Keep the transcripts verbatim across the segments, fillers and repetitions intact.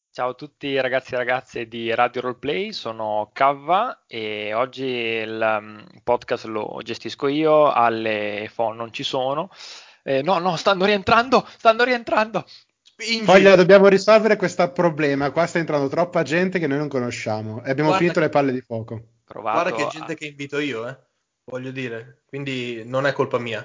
Ciao a tutti ragazzi e ragazze di Radio Roleplay, sono Cavva e oggi il um, podcast lo gestisco io, Alle e Fon non ci sono. Eh, no, no, stanno rientrando, stanno rientrando. Foglia, Spingi! dobbiamo risolvere questo problema. Qua sta entrando troppa gente che noi non conosciamo e abbiamo Guarda finito le che, palle di fuoco. guarda che Provato gente a, che invito io, eh. Voglio dire, quindi non è colpa mia.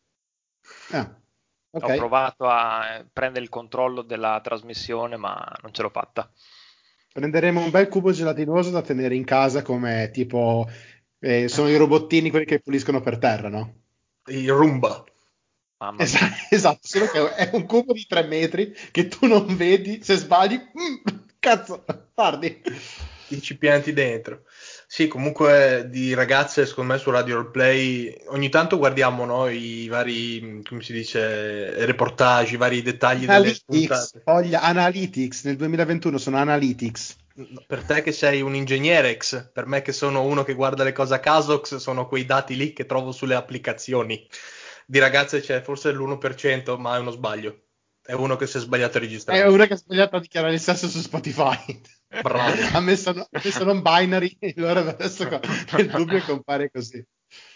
Ah, Ho ok. provato a eh, prendere il controllo della trasmissione, ma non ce l'ho fatta. Prenderemo un bel cubo gelatinoso da tenere in casa come tipo... eh, sono i robottini quelli che puliscono per terra, no? Il Roomba. Mamma Esa- mia. esatto, solo che è un cubo di tre metri che tu non vedi, se sbagli, mm, cazzo, tardi. Incipienti dentro. Sì, comunque di ragazze, secondo me su Radio Roleplay ogni tanto guardiamo, no, i vari, come si dice, reportage, i vari dettagli delle Analytics, puntate. foglia, Analytics, nel duemilaventuno sono Analytics. Per te che sei un ingegnerex, per me che sono uno che guarda le cose a caso, sono quei dati lì che trovo sulle applicazioni. Di ragazze c'è forse l'uno per cento, ma è uno sbaglio. È uno che si è sbagliato a È registrare. una che ha sbagliato a dichiarare il sesso su Spotify. Bravo. Ha messo, no- ha messo non binary, e allora adesso co- nel dubbio compare così.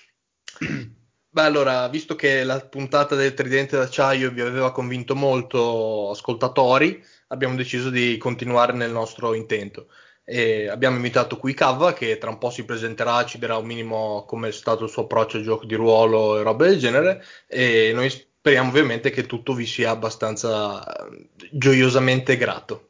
Beh, allora, visto che la puntata del Tridente d'Acciaio vi aveva convinto molto ascoltatori, abbiamo deciso di continuare nel nostro intento. E abbiamo invitato qui Cavva, che tra un po' si presenterà, ci dirà un minimo come è stato il suo approccio al gioco di ruolo e robe del genere. E noi speriamo ovviamente che tutto vi sia abbastanza eh, gioiosamente grato.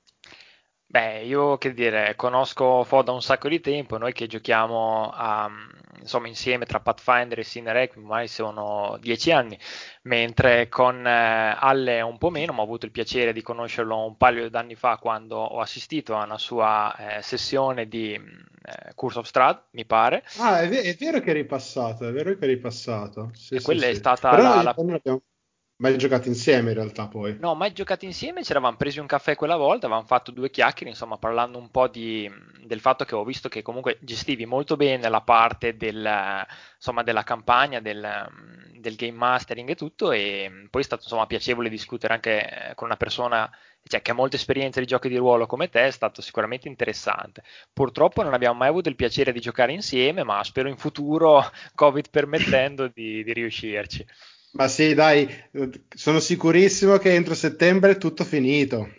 Beh, io che dire, conosco Fo da un sacco di tempo, noi che giochiamo a, insomma, insieme tra Pathfinder e Sinner Requiem, ormai sono dieci anni, mentre con eh, Alle un po' meno, ma ho avuto il piacere di conoscerlo un paio d'anni fa quando ho assistito a una sua eh, sessione di eh, Curse of Strahd, mi pare, Ah, è, ve- è vero che è ripassato, è vero che è ripassato. Sì, e sì, quella è sì. stata Però la, io la non abbiamo mai giocato insieme in realtà poi. No, mai giocati insieme, ci eravamo presi un caffè quella volta, avevamo fatto due chiacchiere, insomma, parlando un po' di, del fatto che ho visto che comunque gestivi molto bene la parte del, insomma, della campagna, del, del game mastering e tutto, e poi è stato insomma piacevole discutere anche eh, con una persona, cioè, che ha molta esperienza di giochi di ruolo come te, è stato sicuramente interessante. Purtroppo non abbiamo mai avuto il piacere di giocare insieme, ma spero in futuro, Covid permettendo, di, di riuscirci. Ma sì, dai, eh, sono sicurissimo che entro settembre è tutto finito.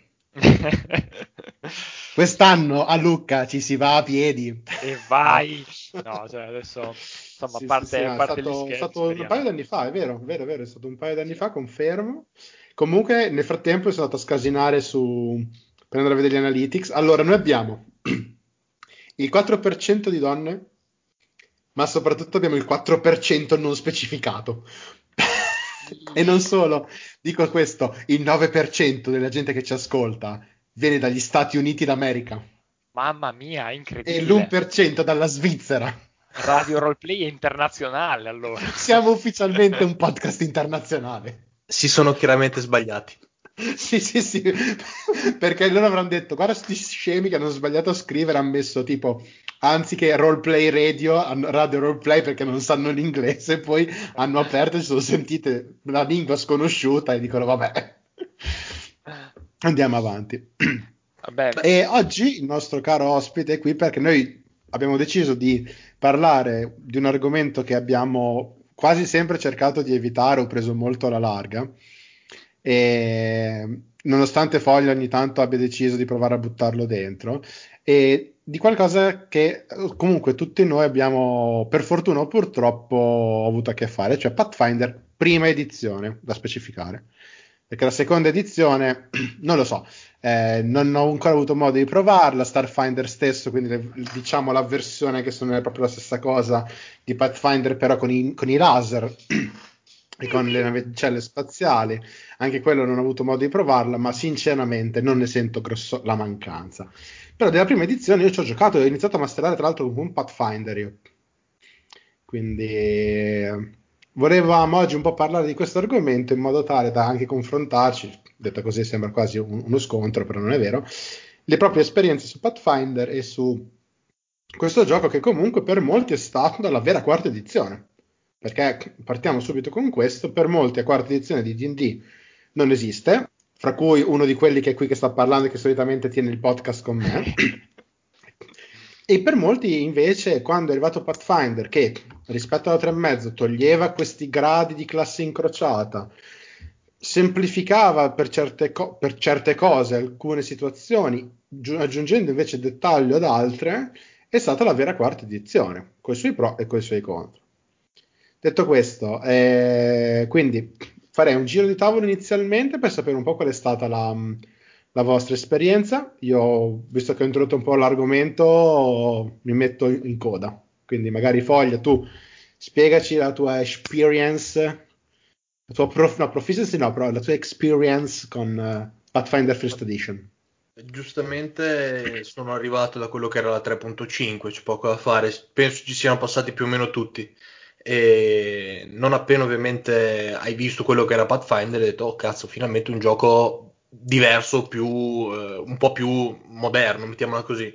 Quest'anno a Lucca ci si va a piedi. E vai! No, cioè adesso, insomma, a Sì, sì, sì, parte, a no, è parte gli stato, è scherzi, stato un paio speriamo. d'anni fa, è vero, è vero, è vero, è stato un paio d'anni fa, confermo. Comunque, nel frattempo sono andato a scasinare su, per andare a vedere gli analytics. Allora, noi abbiamo il quattro per cento di donne, ma soprattutto abbiamo il quattro per cento non specificato. E non solo, dico questo, il nove per cento della gente che ci ascolta viene dagli Stati Uniti d'America Mamma mia, e incredibile! l'uno per cento dalla Svizzera. Radio Roleplay è internazionale allora. Siamo ufficialmente un podcast internazionale. Si sono chiaramente sbagliati. Sì, sì, sì, perché loro avranno detto, guarda sti scemi che hanno sbagliato a scrivere, hanno messo tipo, anziché roleplay radio, hanno radio roleplay perché non sanno l'inglese, poi hanno aperto e si sono sentite la lingua sconosciuta e dicono, vabbè, andiamo avanti. Vabbè, E oggi il nostro caro ospite è qui perché noi abbiamo deciso di parlare di un argomento che abbiamo quasi sempre cercato di evitare o preso molto alla larga. E nonostante Foglia ogni tanto abbia deciso di provare a buttarlo dentro, e di qualcosa che eh, comunque tutti noi abbiamo, per fortuna o purtroppo, avuto a che fare, cioè Pathfinder prima edizione, da specificare. Perché la seconda edizione, non lo so, eh, non ho ancora avuto modo di provarla, Starfinder stesso, quindi le- diciamo la versione che sono è proprio la stessa cosa di Pathfinder, però con i, con i laser e con le navicelle spaziali. Anche quello non ho avuto modo di provarla, ma sinceramente non ne sento grosso la mancanza. Però della prima edizione io ci ho giocato e ho iniziato a masterare tra l'altro con un Pathfinder io. Quindi eh, volevamo oggi un po' parlare di questo argomento in modo tale da anche confrontarci, detto così sembra quasi un- uno scontro, però non è vero, le proprie esperienze su Pathfinder e su questo gioco che comunque per molti è stato la vera quarta edizione. Perché partiamo subito con questo, per molti la quarta edizione di D and D non esiste, fra cui uno di quelli che è qui che sta parlando e che solitamente tiene il podcast con me. E per molti invece, quando è arrivato Pathfinder, che rispetto alla tre e mezzo toglieva questi gradi di classe incrociata, semplificava per certe, co- per certe cose alcune situazioni, giu- aggiungendo invece dettaglio ad altre, è stata la vera quarta edizione, con i suoi pro e con i suoi contro. Detto questo, eh, quindi farei un giro di tavolo inizialmente per sapere un po' qual è stata la, la vostra esperienza. Io, visto che ho introdotto un po' l'argomento, mi metto in, in coda. Quindi magari Foglia, tu spiegaci la tua experience, la tua prof, no, proficiency no, però la tua experience con uh, Pathfinder First Edition. Giustamente sono arrivato da quello che era la tre punto cinque, c'è poco da fare, penso ci siano passati più o meno tutti. E non appena ovviamente hai visto quello che era Pathfinder, hai detto, oh cazzo, finalmente un gioco diverso, più, eh, un po' più moderno, mettiamola così.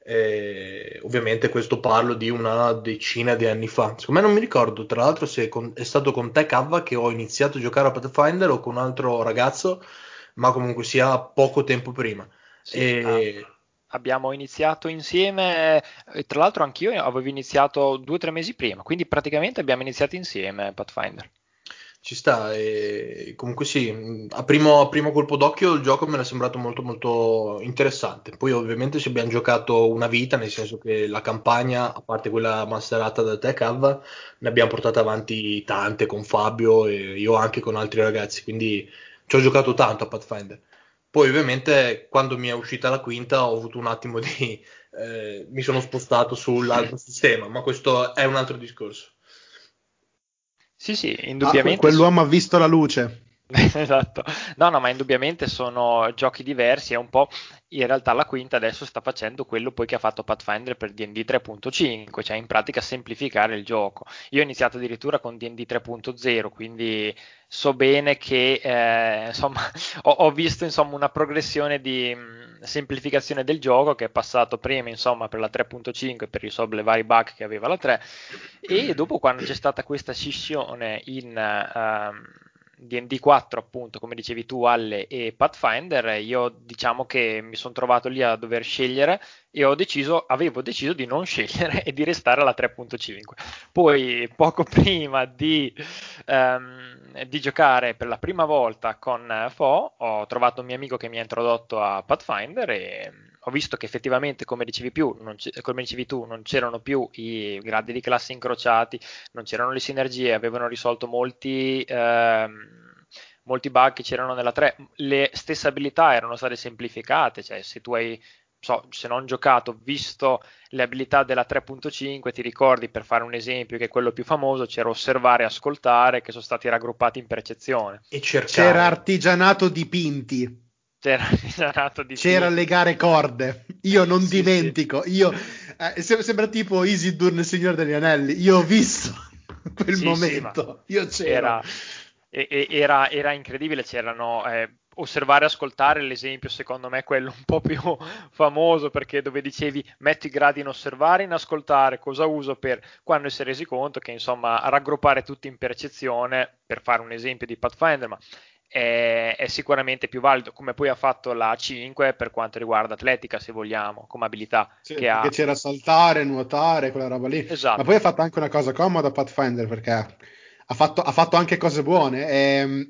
E ovviamente questo parlo di una decina di anni fa. Secondo me non mi ricordo, tra l'altro, se con- è stato con te, Cavva, che ho iniziato a giocare a Pathfinder o con un altro ragazzo, ma comunque sia poco tempo prima. Sì, ah, E abbiamo iniziato insieme, e tra l'altro anch'io avevo iniziato due o tre mesi prima, quindi praticamente abbiamo iniziato insieme Pathfinder. ci sta, e comunque sì, mh, a primo, a primo colpo d'occhio il gioco me l'è sembrato molto molto interessante. Poi ovviamente ci abbiamo giocato una vita, nel senso che la campagna, a parte quella masterata da te, Cav, ne abbiamo portate avanti tante con Fabio e io anche con altri ragazzi, quindi ci ho giocato tanto a Pathfinder. Poi ovviamente quando mi è uscita la quinta ho avuto un attimo di... eh, mi sono spostato sull'altro sistema, ma questo è un altro discorso. Sì, sì, Ah, que- indubbiamente. quell'uomo ha visto la luce. Esatto, no, no, ma indubbiamente sono giochi diversi. È un po' in realtà la quinta adesso sta facendo quello poi che ha fatto Pathfinder per D and D tre punto cinque, cioè in pratica semplificare il gioco. Io ho iniziato addirittura con D and D tre punto zero, quindi so bene che eh, insomma ho, ho visto insomma una progressione di mh, semplificazione del gioco che è passato prima insomma per la tre punto cinque per risolvere i vari bug che aveva la tre e dopo quando c'è stata questa scissione in ehm, D and D quattro appunto come dicevi tu Alle e Pathfinder io diciamo che mi sono trovato lì a dover scegliere e ho deciso, avevo deciso di non scegliere e di restare alla tre punto cinque. Poi poco prima di, ehm, di giocare per la prima volta con Fo ho trovato un mio amico che mi ha introdotto a Pathfinder e ho visto che effettivamente come dicevi, più, non come dicevi tu non c'erano più i gradi di classe incrociati, non c'erano le sinergie, avevano risolto molti, ehm, molti bug che c'erano nella tre, le stesse abilità erano state semplificate, cioè se tu hai, so, se non giocato, visto le abilità della tre punto cinque, ti ricordi per fare un esempio che è quello più famoso, c'era osservare e ascoltare che sono stati raggruppati in percezione. E C'era cercare. artigianato dipinti. C'era il di C'era Pinti. legare corde. Io non Sì, sì. dimentico. Io, eh, sem- sembra tipo Isildur nel Signore degli Anelli. Io ho visto quel Sì, sì, ma momento. Io c'ero. era, e- e- era, era incredibile, c'erano eh, osservare e ascoltare l'esempio, secondo me, quello un po' più famoso, perché dove dicevi metti i gradi in osservare, in ascoltare, cosa uso per quando si è resi conto che, insomma, raggruppare tutti in percezione, per fare un esempio di Pathfinder, ma è, è sicuramente più valido, come poi ha fatto la cinque per quanto riguarda atletica, se vogliamo, come abilità Sì, che perché ha. c'era saltare, nuotare, quella roba lì. Ma poi Esatto. ha fatto anche una cosa comoda Pathfinder perché ha fatto, ha fatto anche cose buone. E,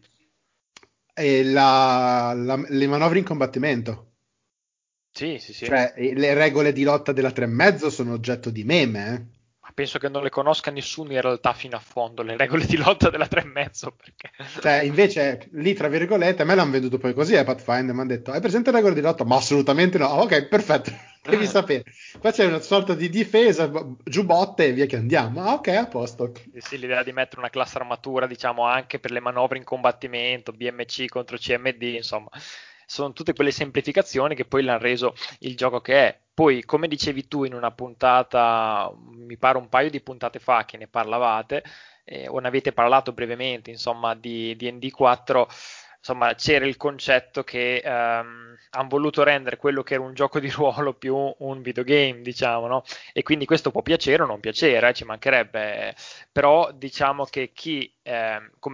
e la- la- le manovre in combattimento. Sì, sì, sì. Cioè, eh, le regole di lotta della tre e mezzo sono oggetto di meme, eh. Ma penso che non le conosca nessuno in realtà fino a fondo, le regole di lotta della tre e mezzo, perché... Cioè, invece, lì, tra virgolette, a me l'hanno venduto poi così, a Pathfinder, mi hanno detto, hai presente le regole di lotta? Ma assolutamente no. Ah, ok, perfetto, devi sapere. Qua c'è una sorta di difesa, b- giù botte e via che andiamo. Ah, ok, a posto. Sì, sì, l'idea di mettere una classe armatura, diciamo, anche per le manovre in combattimento, B M C contro C M D, insomma, sono tutte quelle semplificazioni che poi l'hanno reso il gioco che è. Poi, come dicevi tu in una puntata, mi pare un paio di puntate fa che ne parlavate, eh, o ne avete parlato brevemente, insomma, di D and D quattro, insomma, c'era il concetto che ehm, hanno voluto rendere quello che era un gioco di ruolo più un videogame, diciamo, no? E quindi questo può piacere o non piacere, eh, ci mancherebbe, però diciamo che chi eh, come me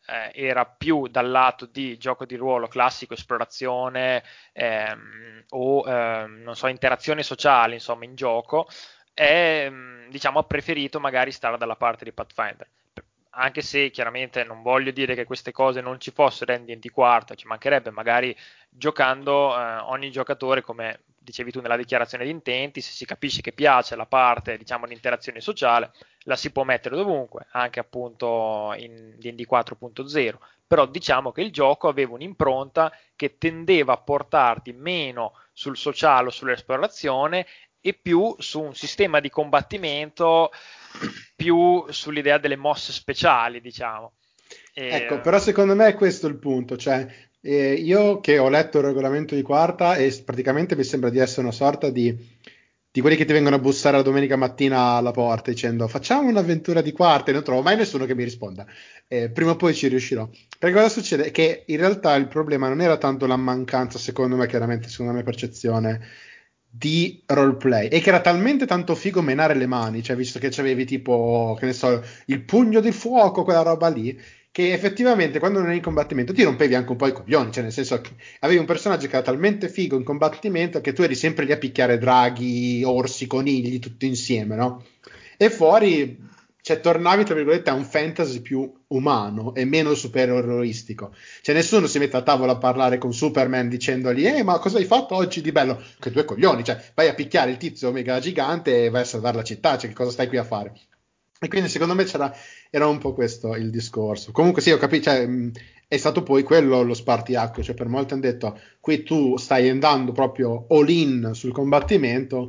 eh, era più dal lato di gioco di ruolo classico, esplorazione ehm, o ehm, non so, interazione sociale, insomma, in gioco, è, diciamo, ha preferito magari stare dalla parte di Pathfinder. Anche se chiaramente non voglio dire che queste cose non ci fossero in D and D quarta, ci mancherebbe, magari giocando eh, ogni giocatore, come dicevi tu nella dichiarazione di intenti, se si capisce che piace la parte, diciamo, di interazione sociale, la si può mettere dovunque, anche appunto in D and D quattro punto zero, però diciamo che il gioco aveva un'impronta che tendeva a portarti meno sul sociale o sull'esplorazione e più su un sistema di combattimento più sull'idea delle mosse speciali, diciamo. E... Ecco, però secondo me è questo il punto, cioè eh, io che ho letto il regolamento di quarta e s- praticamente mi sembra di essere una sorta di, di quelli che ti vengono a bussare la domenica mattina alla porta dicendo facciamo un'avventura di quarta e non trovo mai nessuno che mi risponda. Eh, prima o poi ci riuscirò. Perché cosa succede? Che in realtà il problema non era tanto la mancanza, secondo me, chiaramente, secondo la mia percezione, di roleplay e che era talmente tanto figo menare le mani, cioè visto che c'avevi tipo, che ne so, il pugno di fuoco, quella roba lì, che effettivamente quando non eri in combattimento ti rompevi anche un po' i coglioni, cioè nel senso che avevi un personaggio che era talmente figo in combattimento che tu eri sempre lì a picchiare draghi, orsi, conigli, tutto insieme, no? E fuori, cioè tornavi tra virgolette a un fantasy più umano e meno supereroristico. Cioè nessuno si mette a tavola a parlare con Superman dicendogli eh ma cosa hai fatto oggi di bello? Che due coglioni, cioè vai a picchiare il tizio mega gigante e vai a salvare la città, cioè che cosa stai qui a fare? E quindi secondo me c'era, era un po' questo il discorso. Comunque sì, ho capito, cioè, mh, è stato poi quello lo spartiacque, cioè per molti hanno detto qui tu stai andando proprio all in sul combattimento,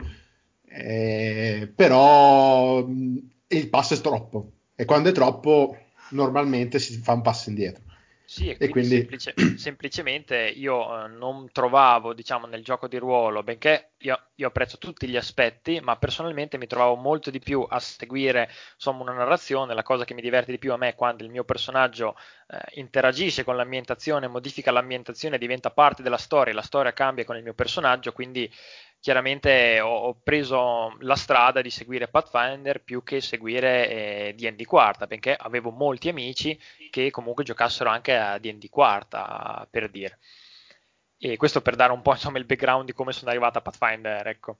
eh, però mh, il passo è troppo e quando è troppo normalmente si fa un passo indietro. Sì, e E quindi quindi semplice- semplicemente io eh, non trovavo, diciamo, nel gioco di ruolo, benché io, io apprezzo tutti gli aspetti, ma personalmente mi trovavo molto di più a seguire, insomma, una narrazione. La cosa che mi diverte di più a me è quando il mio personaggio eh, interagisce con l'ambientazione, modifica l'ambientazione, diventa parte della storia, la storia cambia con il mio personaggio, quindi chiaramente ho, ho preso la strada di seguire Pathfinder più che seguire eh, D and D quarta, benché avevo molti amici che comunque giocassero anche a D and D quarta, per dire. E questo per dare un po', insomma, il background di come sono arrivato a Pathfinder, ecco.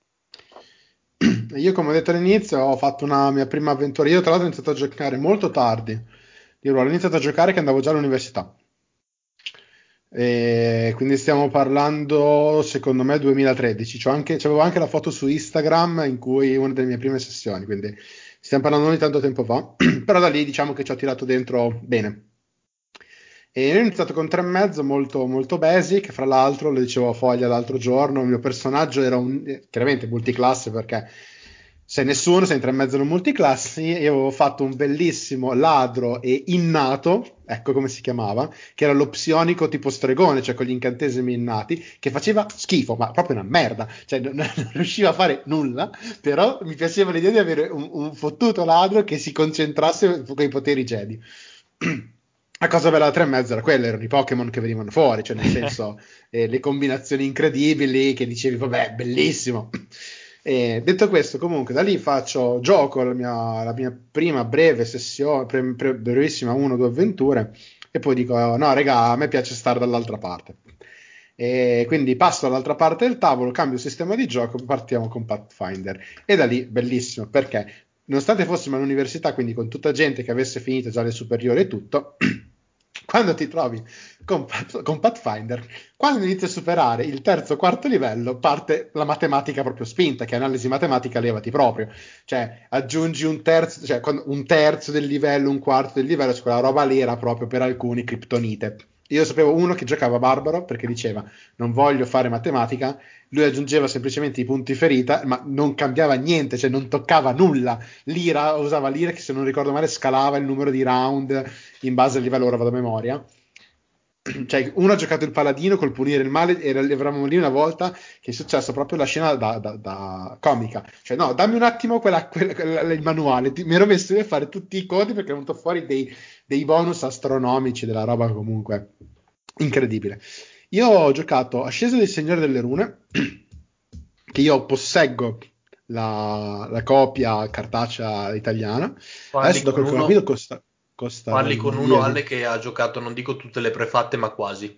io, come ho detto all'inizio, ho fatto una mia prima avventura. Io, tra l'altro, ho iniziato a giocare molto tardi di ruolo. Ho iniziato a giocare che andavo già all'università. E quindi stiamo parlando, secondo me, duemilatredici. C'ho anche, c'avevo anche la foto su Instagram in cui una delle mie prime sessioni, quindi stiamo parlando non di tanto tempo fa. Però da lì diciamo che ci ho tirato dentro bene. E io ho iniziato con tre e mezzo molto, molto basic, fra l'altro, lo dicevo a Foglia l'altro giorno, il mio personaggio era un, eh, chiaramente multiclasse perché se nessuno, sei in tre e mezzo non multiclassi, io avevo fatto un bellissimo ladro e innato, ecco come si chiamava, che era lo psionico tipo stregone, cioè con gli incantesimi innati, che faceva schifo, ma proprio una merda, cioè non, non riusciva a fare nulla, però mi piaceva l'idea di avere un, un fottuto ladro che si concentrasse con i poteri Jedi. La cosa bella da tre e mezzo era quella, erano i Pokémon che venivano fuori, cioè nel senso eh, le combinazioni incredibili che dicevi, vabbè, bellissimo. E detto questo, comunque, da lì faccio gioco la mia, la mia prima breve sessione, pre, pre, brevissima, una o due avventure, e poi dico, no, raga, a me piace stare dall'altra parte. E quindi passo dall'altra parte del tavolo, cambio sistema di gioco, partiamo con Pathfinder. E da lì, bellissimo, perché nonostante fossimo all'università, quindi con tutta gente che avesse finito già le superiori e tutto, quando ti trovi con, con Pathfinder, quando inizi a superare il terzo o quarto livello, parte la matematica proprio spinta, che analisi matematica levati proprio. Cioè, aggiungi un terzo, cioè un terzo del livello, un quarto del livello, cioè quella roba lì era proprio per alcuni criptonite. Io sapevo uno che giocava barbaro perché diceva non voglio fare matematica, lui aggiungeva semplicemente i punti ferita, ma non cambiava niente, cioè non toccava nulla. L'ira, usava l'ira che se non ricordo male scalava il numero di round in base al livello, ora vado a memoria. Cioè, uno ha giocato il paladino col punire il male e eravamo lì una volta che è successa proprio la scena da, da, da comica. Cioè, no, dammi un attimo quella, quella, quella, il manuale. Ti, mi ero messo a fare tutti i codi perché è venuto fuori dei, dei bonus astronomici, della roba comunque incredibile. Io ho giocato Ascesa del Signore delle Rune, che io posseggo la, la copia cartacea italiana. Quali Adesso da con quel che ho uno? capito costa costa Parli con via uno, di- Ale, che ha giocato, non dico tutte le prefatte, ma quasi.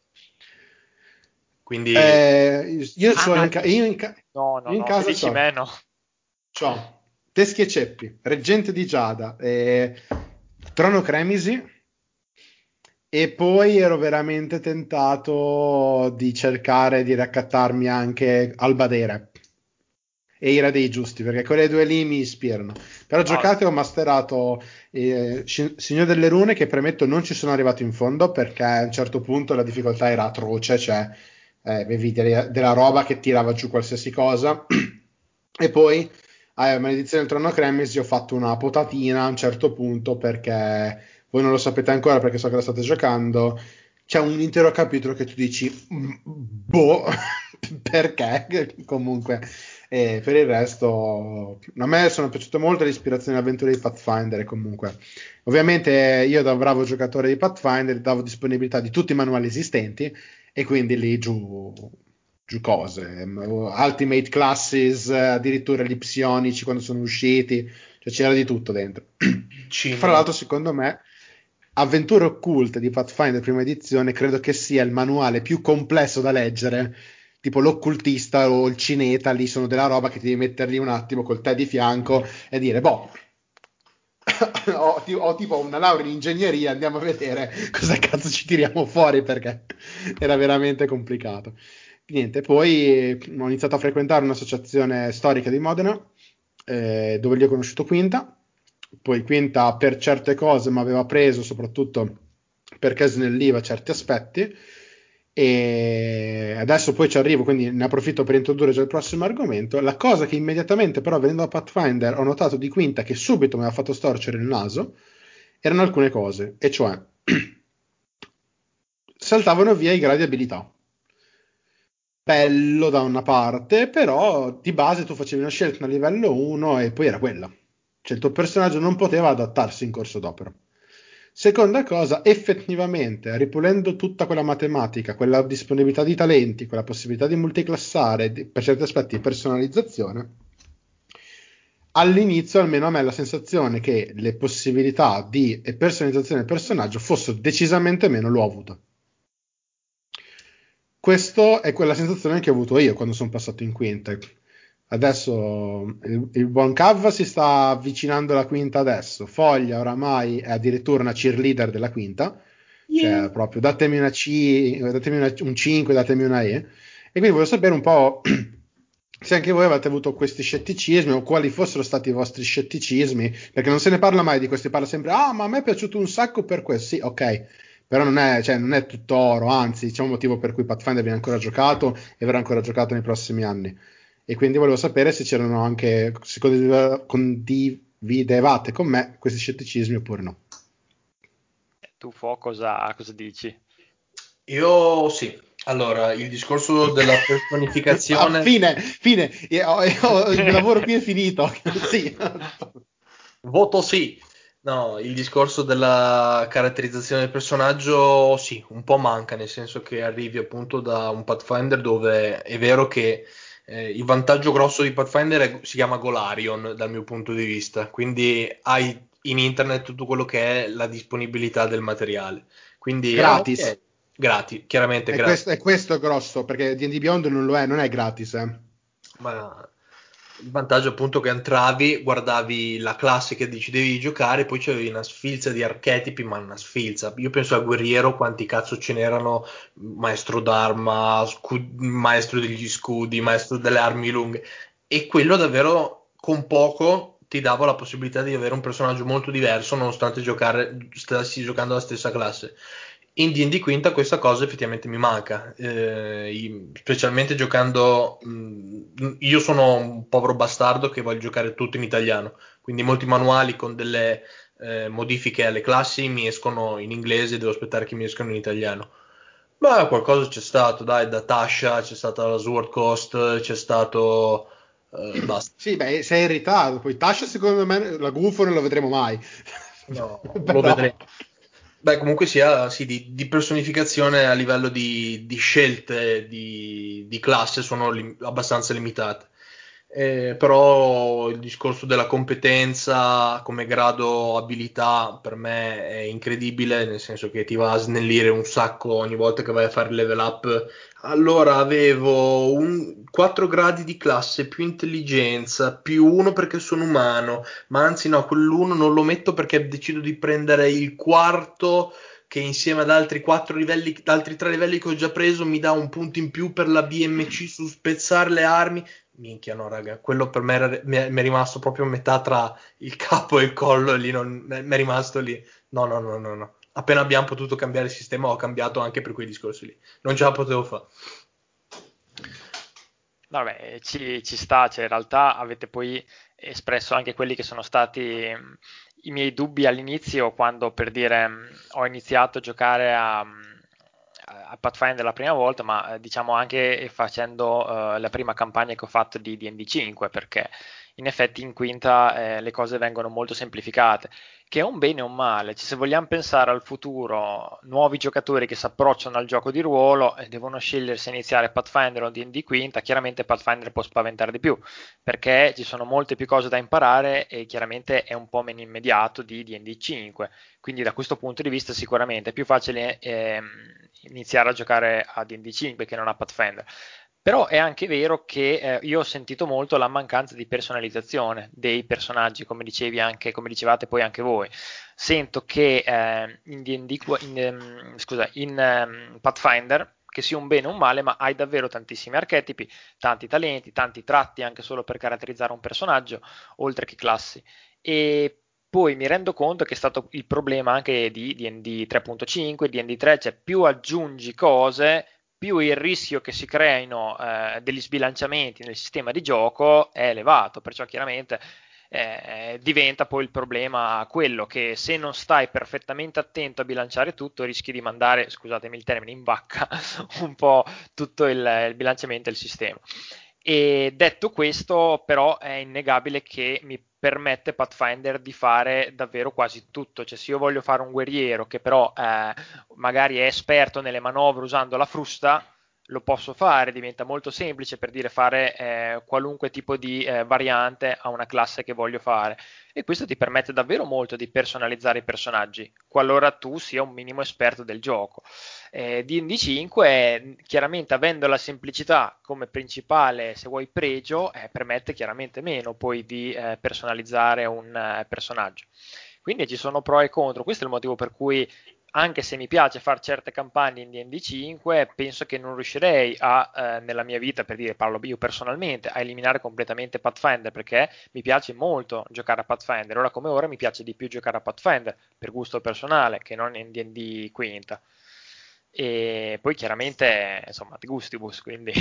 Quindi Eh, io, Ah, so in ca- io in ca- no, no, io in no, se casa dici c'ho, meno. c'ho Teschi e Ceppi, Reggente di Giada, eh, Trono Cremisi, e poi ero veramente tentato di cercare di raccattarmi anche Albadere e Ira dei Giusti, perché quelle due lì mi ispirano. Però ho Ah, giocato e ho masterato eh, Sci- Signore delle Rune, che premetto non ci sono arrivato in fondo, perché a un certo punto la difficoltà era atroce, cioè eh, avevi delle- della roba che tirava giù qualsiasi cosa. E poi a Maledizione del Trono Cremisi ho fatto una potatina a un certo punto, perché voi non lo sapete ancora perché so che la state giocando. C'è un intero capitolo che tu dici, "Mm, boh, perché?" Comunque, e per il resto, a me sono piaciute molto le ispirazioni e le avventure di Pathfinder. E comunque, ovviamente, io da bravo giocatore di Pathfinder davo disponibilità di tutti i manuali esistenti, e quindi lì giù, giù cose, Ultimate Classes, addirittura gli psionici quando sono usciti, cioè c'era di tutto dentro. Fra Cine. l'altro, secondo me, Avventure occulte di Pathfinder prima edizione credo che sia il manuale più complesso da leggere. Tipo l'occultista o il cineta, lì sono della roba che ti devi mettere lì un attimo col tè di fianco e dire, boh, ho, ti- ho tipo una laurea in ingegneria, andiamo a vedere cosa cazzo ci tiriamo fuori, perché era veramente complicato. Niente, poi ho iniziato a frequentare un'associazione storica di Modena, eh, dove lì ho conosciuto Quinta. Poi Quinta per certe cose mi aveva preso, soprattutto perché snelliva certi aspetti. E adesso poi ci arrivo, quindi ne approfitto per introdurre già il prossimo argomento. La cosa che immediatamente, però, venendo da Pathfinder, ho notato di Quinta, che subito mi ha fatto storcere il naso, erano alcune cose, e cioè saltavano via i gradi abilità. Bello da una parte, però di base tu facevi una scelta a livello uno e poi era quella. Cioè il tuo personaggio non poteva adattarsi in corso d'opera. Seconda cosa, effettivamente, ripulendo tutta quella matematica, quella disponibilità di talenti, quella possibilità di multiclassare, di- per certi aspetti di personalizzazione, all'inizio almeno a me la sensazione che le possibilità di personalizzazione del personaggio fossero decisamente meno, l'ho avuta. Questa è quella sensazione che ho avuto io quando sono passato in quinta. Adesso il, il buon Cav si sta avvicinando alla quinta adesso. Foglia oramai è addirittura una cheerleader della quinta, cioè proprio datemi una C, datemi una- un cinque, datemi una E. E quindi voglio sapere un po' se anche voi avete avuto questi scetticismi o quali fossero stati i vostri scetticismi, perché non se ne parla mai di questo, si parla sempre, ah, ma a me è piaciuto un sacco per questo. Sì, ok, però non è, cioè, non è tutto oro, anzi, c'è un motivo per cui Pathfinder viene ancora giocato e verrà ancora giocato nei prossimi anni. E quindi volevo sapere se c'erano anche, se condiv- condividevate con me questi scetticismi oppure no. tu Fo, cosa, cosa dici? Io sì. Allora, il discorso della Ah, personificazione. fine, fine, Io- ho- ho- il mio lavoro qui è finito. Sì. Voto sì. No, il discorso della caratterizzazione del personaggio sì, un po' manca, nel senso che arrivi appunto da un Pathfinder dove è vero che eh, il vantaggio grosso di Pathfinder è- si chiama Golarion dal mio punto di vista, quindi hai in internet tutto quello che è la disponibilità del materiale. Quindi, ah, Gratis. ok, gratis, chiaramente E gratis. questo, è questo grosso, perché D and D Beyond non lo è, non è gratis. Eh. Ma il vantaggio appunto che entravi, guardavi la classe che decidevi di giocare, poi c'avevi una sfilza di archetipi, ma una sfilza. Io penso al guerriero, quanti cazzo ce n'erano, maestro d'arma, scu- maestro degli scudi, maestro delle armi lunghe. E quello davvero con poco ti dava la possibilità di avere un personaggio molto diverso, nonostante giocare, stessi giocando la stessa classe. In D and D quinta questa cosa effettivamente mi manca, eh, i- specialmente giocando, mh, io sono un povero bastardo che voglio giocare tutto in italiano, quindi molti manuali con delle eh, modifiche alle classi mi escono in inglese, devo aspettare che mi escano in italiano. Ma qualcosa c'è stato, dai, da Tasha, c'è stata la Sword Coast, c'è stato... eh, basta. Sì, beh, sei in ritardo. Poi Tasha, secondo me, la gufo non lo vedremo mai. No, lo Però, vedremo. Beh, comunque sia, sì, di, di personificazione a livello di, di scelte di, di classe sono lim- abbastanza limitate. Eh, però il discorso della competenza come grado abilità per me è incredibile, nel senso che ti va a snellire un sacco ogni volta che vai a fare level up. Allora avevo un, quattro gradi di classe più intelligenza, più uno perché sono umano, ma anzi no, quell'uno non lo metto perché decido di prendere il quarto che insieme ad altri quattro livelli, altri tre livelli che ho già preso mi dà un punto in più per la B M C su spezzare le armi. Minchia, no, raga, quello per me era- mi è, mi è rimasto proprio a metà tra il capo e il collo, e lì non, mi è rimasto lì. No, no, no, no, no. Appena abbiamo potuto cambiare il sistema, ho cambiato anche per quei discorsi lì. Non ce la potevo fare. No, vabbè, ci, ci sta, cioè in realtà avete poi espresso anche quelli che sono stati mh, i miei dubbi all'inizio, quando per dire mh, ho iniziato a giocare a, mh, a Pathfinder la prima volta, ma eh, diciamo anche facendo eh, la prima campagna che ho fatto di D and D cinque, perché in effetti in quinta eh, le cose vengono molto semplificate, che è un bene o un male. Cioè, se vogliamo pensare al futuro, nuovi giocatori che si approcciano al gioco di ruolo e devono scegliere se iniziare Pathfinder o D and D quinta, chiaramente Pathfinder può spaventare di più, perché ci sono molte più cose da imparare e chiaramente è un po' meno immediato di D and D cinque. Quindi da questo punto di vista sicuramente è più facile ehm, iniziare a giocare a D and D cinque che non a Pathfinder. Però è anche vero che eh, io ho sentito molto la mancanza di personalizzazione dei personaggi, come dicevi anche, come dicevate poi anche voi. Sento che eh, in, D and D, in, ehm, scusa, in ehm, Pathfinder, che sia un bene o un male, ma hai davvero tantissimi archetipi, tanti talenti, tanti tratti anche solo per caratterizzare un personaggio, oltre che classi. E poi mi rendo conto che è stato il problema anche di D and D tre punto cinque, D and D tre, cioè più aggiungi cose, più il rischio che si creino eh, degli sbilanciamenti nel sistema di gioco è elevato, perciò chiaramente eh, diventa poi il problema quello che se non stai perfettamente attento a bilanciare tutto rischi di mandare, scusatemi il termine, in vacca un po' tutto il, il bilanciamento del sistema. E detto questo, però, è innegabile che mi permette Pathfinder di fare davvero quasi tutto. Cioè, se io voglio fare un guerriero che però eh, magari è esperto nelle manovre usando la frusta, lo posso fare, diventa molto semplice per dire fare eh, qualunque tipo di eh, variante a una classe che voglio fare. E questo ti permette davvero molto di personalizzare i personaggi, qualora tu sia un minimo esperto del gioco. Eh, D and D cinque, chiaramente avendo la semplicità come principale, se vuoi, pregio, eh, permette chiaramente meno poi di eh, personalizzare un eh, personaggio. Quindi ci sono pro e contro, questo è il motivo per cui anche se mi piace fare certe campagne in D and D cinque, penso che non riuscirei a, eh, nella mia vita, per dire, parlo io personalmente, a eliminare completamente Pathfinder, perché mi piace molto giocare a Pathfinder. Ora come ora mi piace di più giocare a Pathfinder, per gusto personale, che non in D and D quinta. E poi chiaramente, insomma, di gustibus, quindi...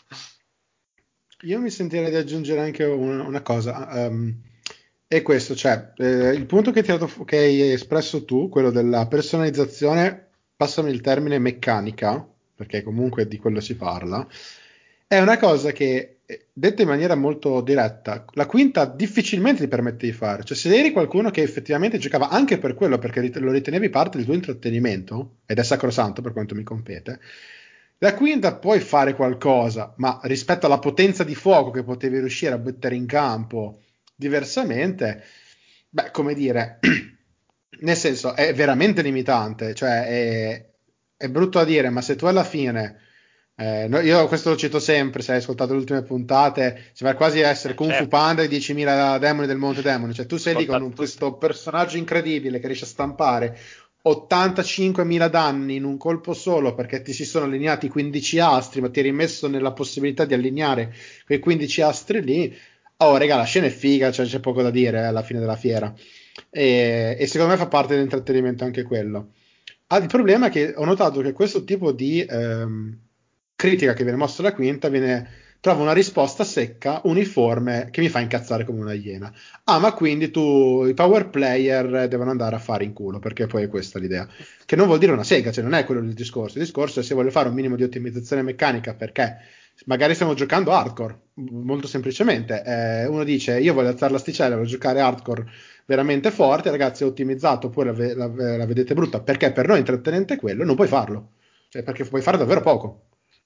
Io mi sentirei di aggiungere anche una, una cosa, ehm, è questo, cioè eh, il punto che, hai tirato fu- che hai espresso tu, quello della personalizzazione, passami il termine meccanica, perché comunque di quello si parla, è una cosa che, eh, detta in maniera molto diretta, la quinta difficilmente ti permette di fare. Cioè, se eri qualcuno che effettivamente giocava anche per quello, perché rit- lo ritenevi parte del tuo intrattenimento, ed è sacrosanto per quanto mi compete, la quinta puoi fare qualcosa, ma rispetto alla potenza di fuoco che potevi riuscire a mettere in campo diversamente, beh, come dire, nel senso, è veramente limitante, cioè è, è brutto a dire, ma se tu alla fine, eh, no- io questo lo cito sempre, se hai ascoltato le ultime puntate, sembra quasi essere Eh, Kung Fu certo, Panda e diecimila demoni del Monte Demoni, cioè tu sei lì con un- ascoltate tutti. questo personaggio incredibile che riesce a stampare ottantacinquemila danni in un colpo solo perché ti si sono allineati quindici astri, ma ti hai rimesso nella possibilità di allineare quei quindici astri lì. Oh, raga, la scena è figa, cioè c'è poco da dire eh, alla fine della fiera. E, e secondo me fa parte dell'intrattenimento anche quello. Ah, il problema è che ho notato che questo tipo di ehm, critica che viene mossa alla quinta viene, trova una risposta secca, uniforme, che mi fa incazzare come una iena. Ah, ma quindi tu, i power player devono andare a fare in culo, perché poi è questa l'idea. Che non vuol dire una sega, cioè non è quello il discorso. Il discorso è se voglio fare un minimo di ottimizzazione meccanica, perché magari stiamo giocando hardcore, molto semplicemente. Eh, uno dice, io voglio alzare l'asticella, voglio giocare hardcore veramente forte, ragazzi, è ottimizzato, oppure la, la, la vedete brutta, perché per noi è intrattenente quello, non puoi farlo. Cioè, perché puoi fare davvero poco.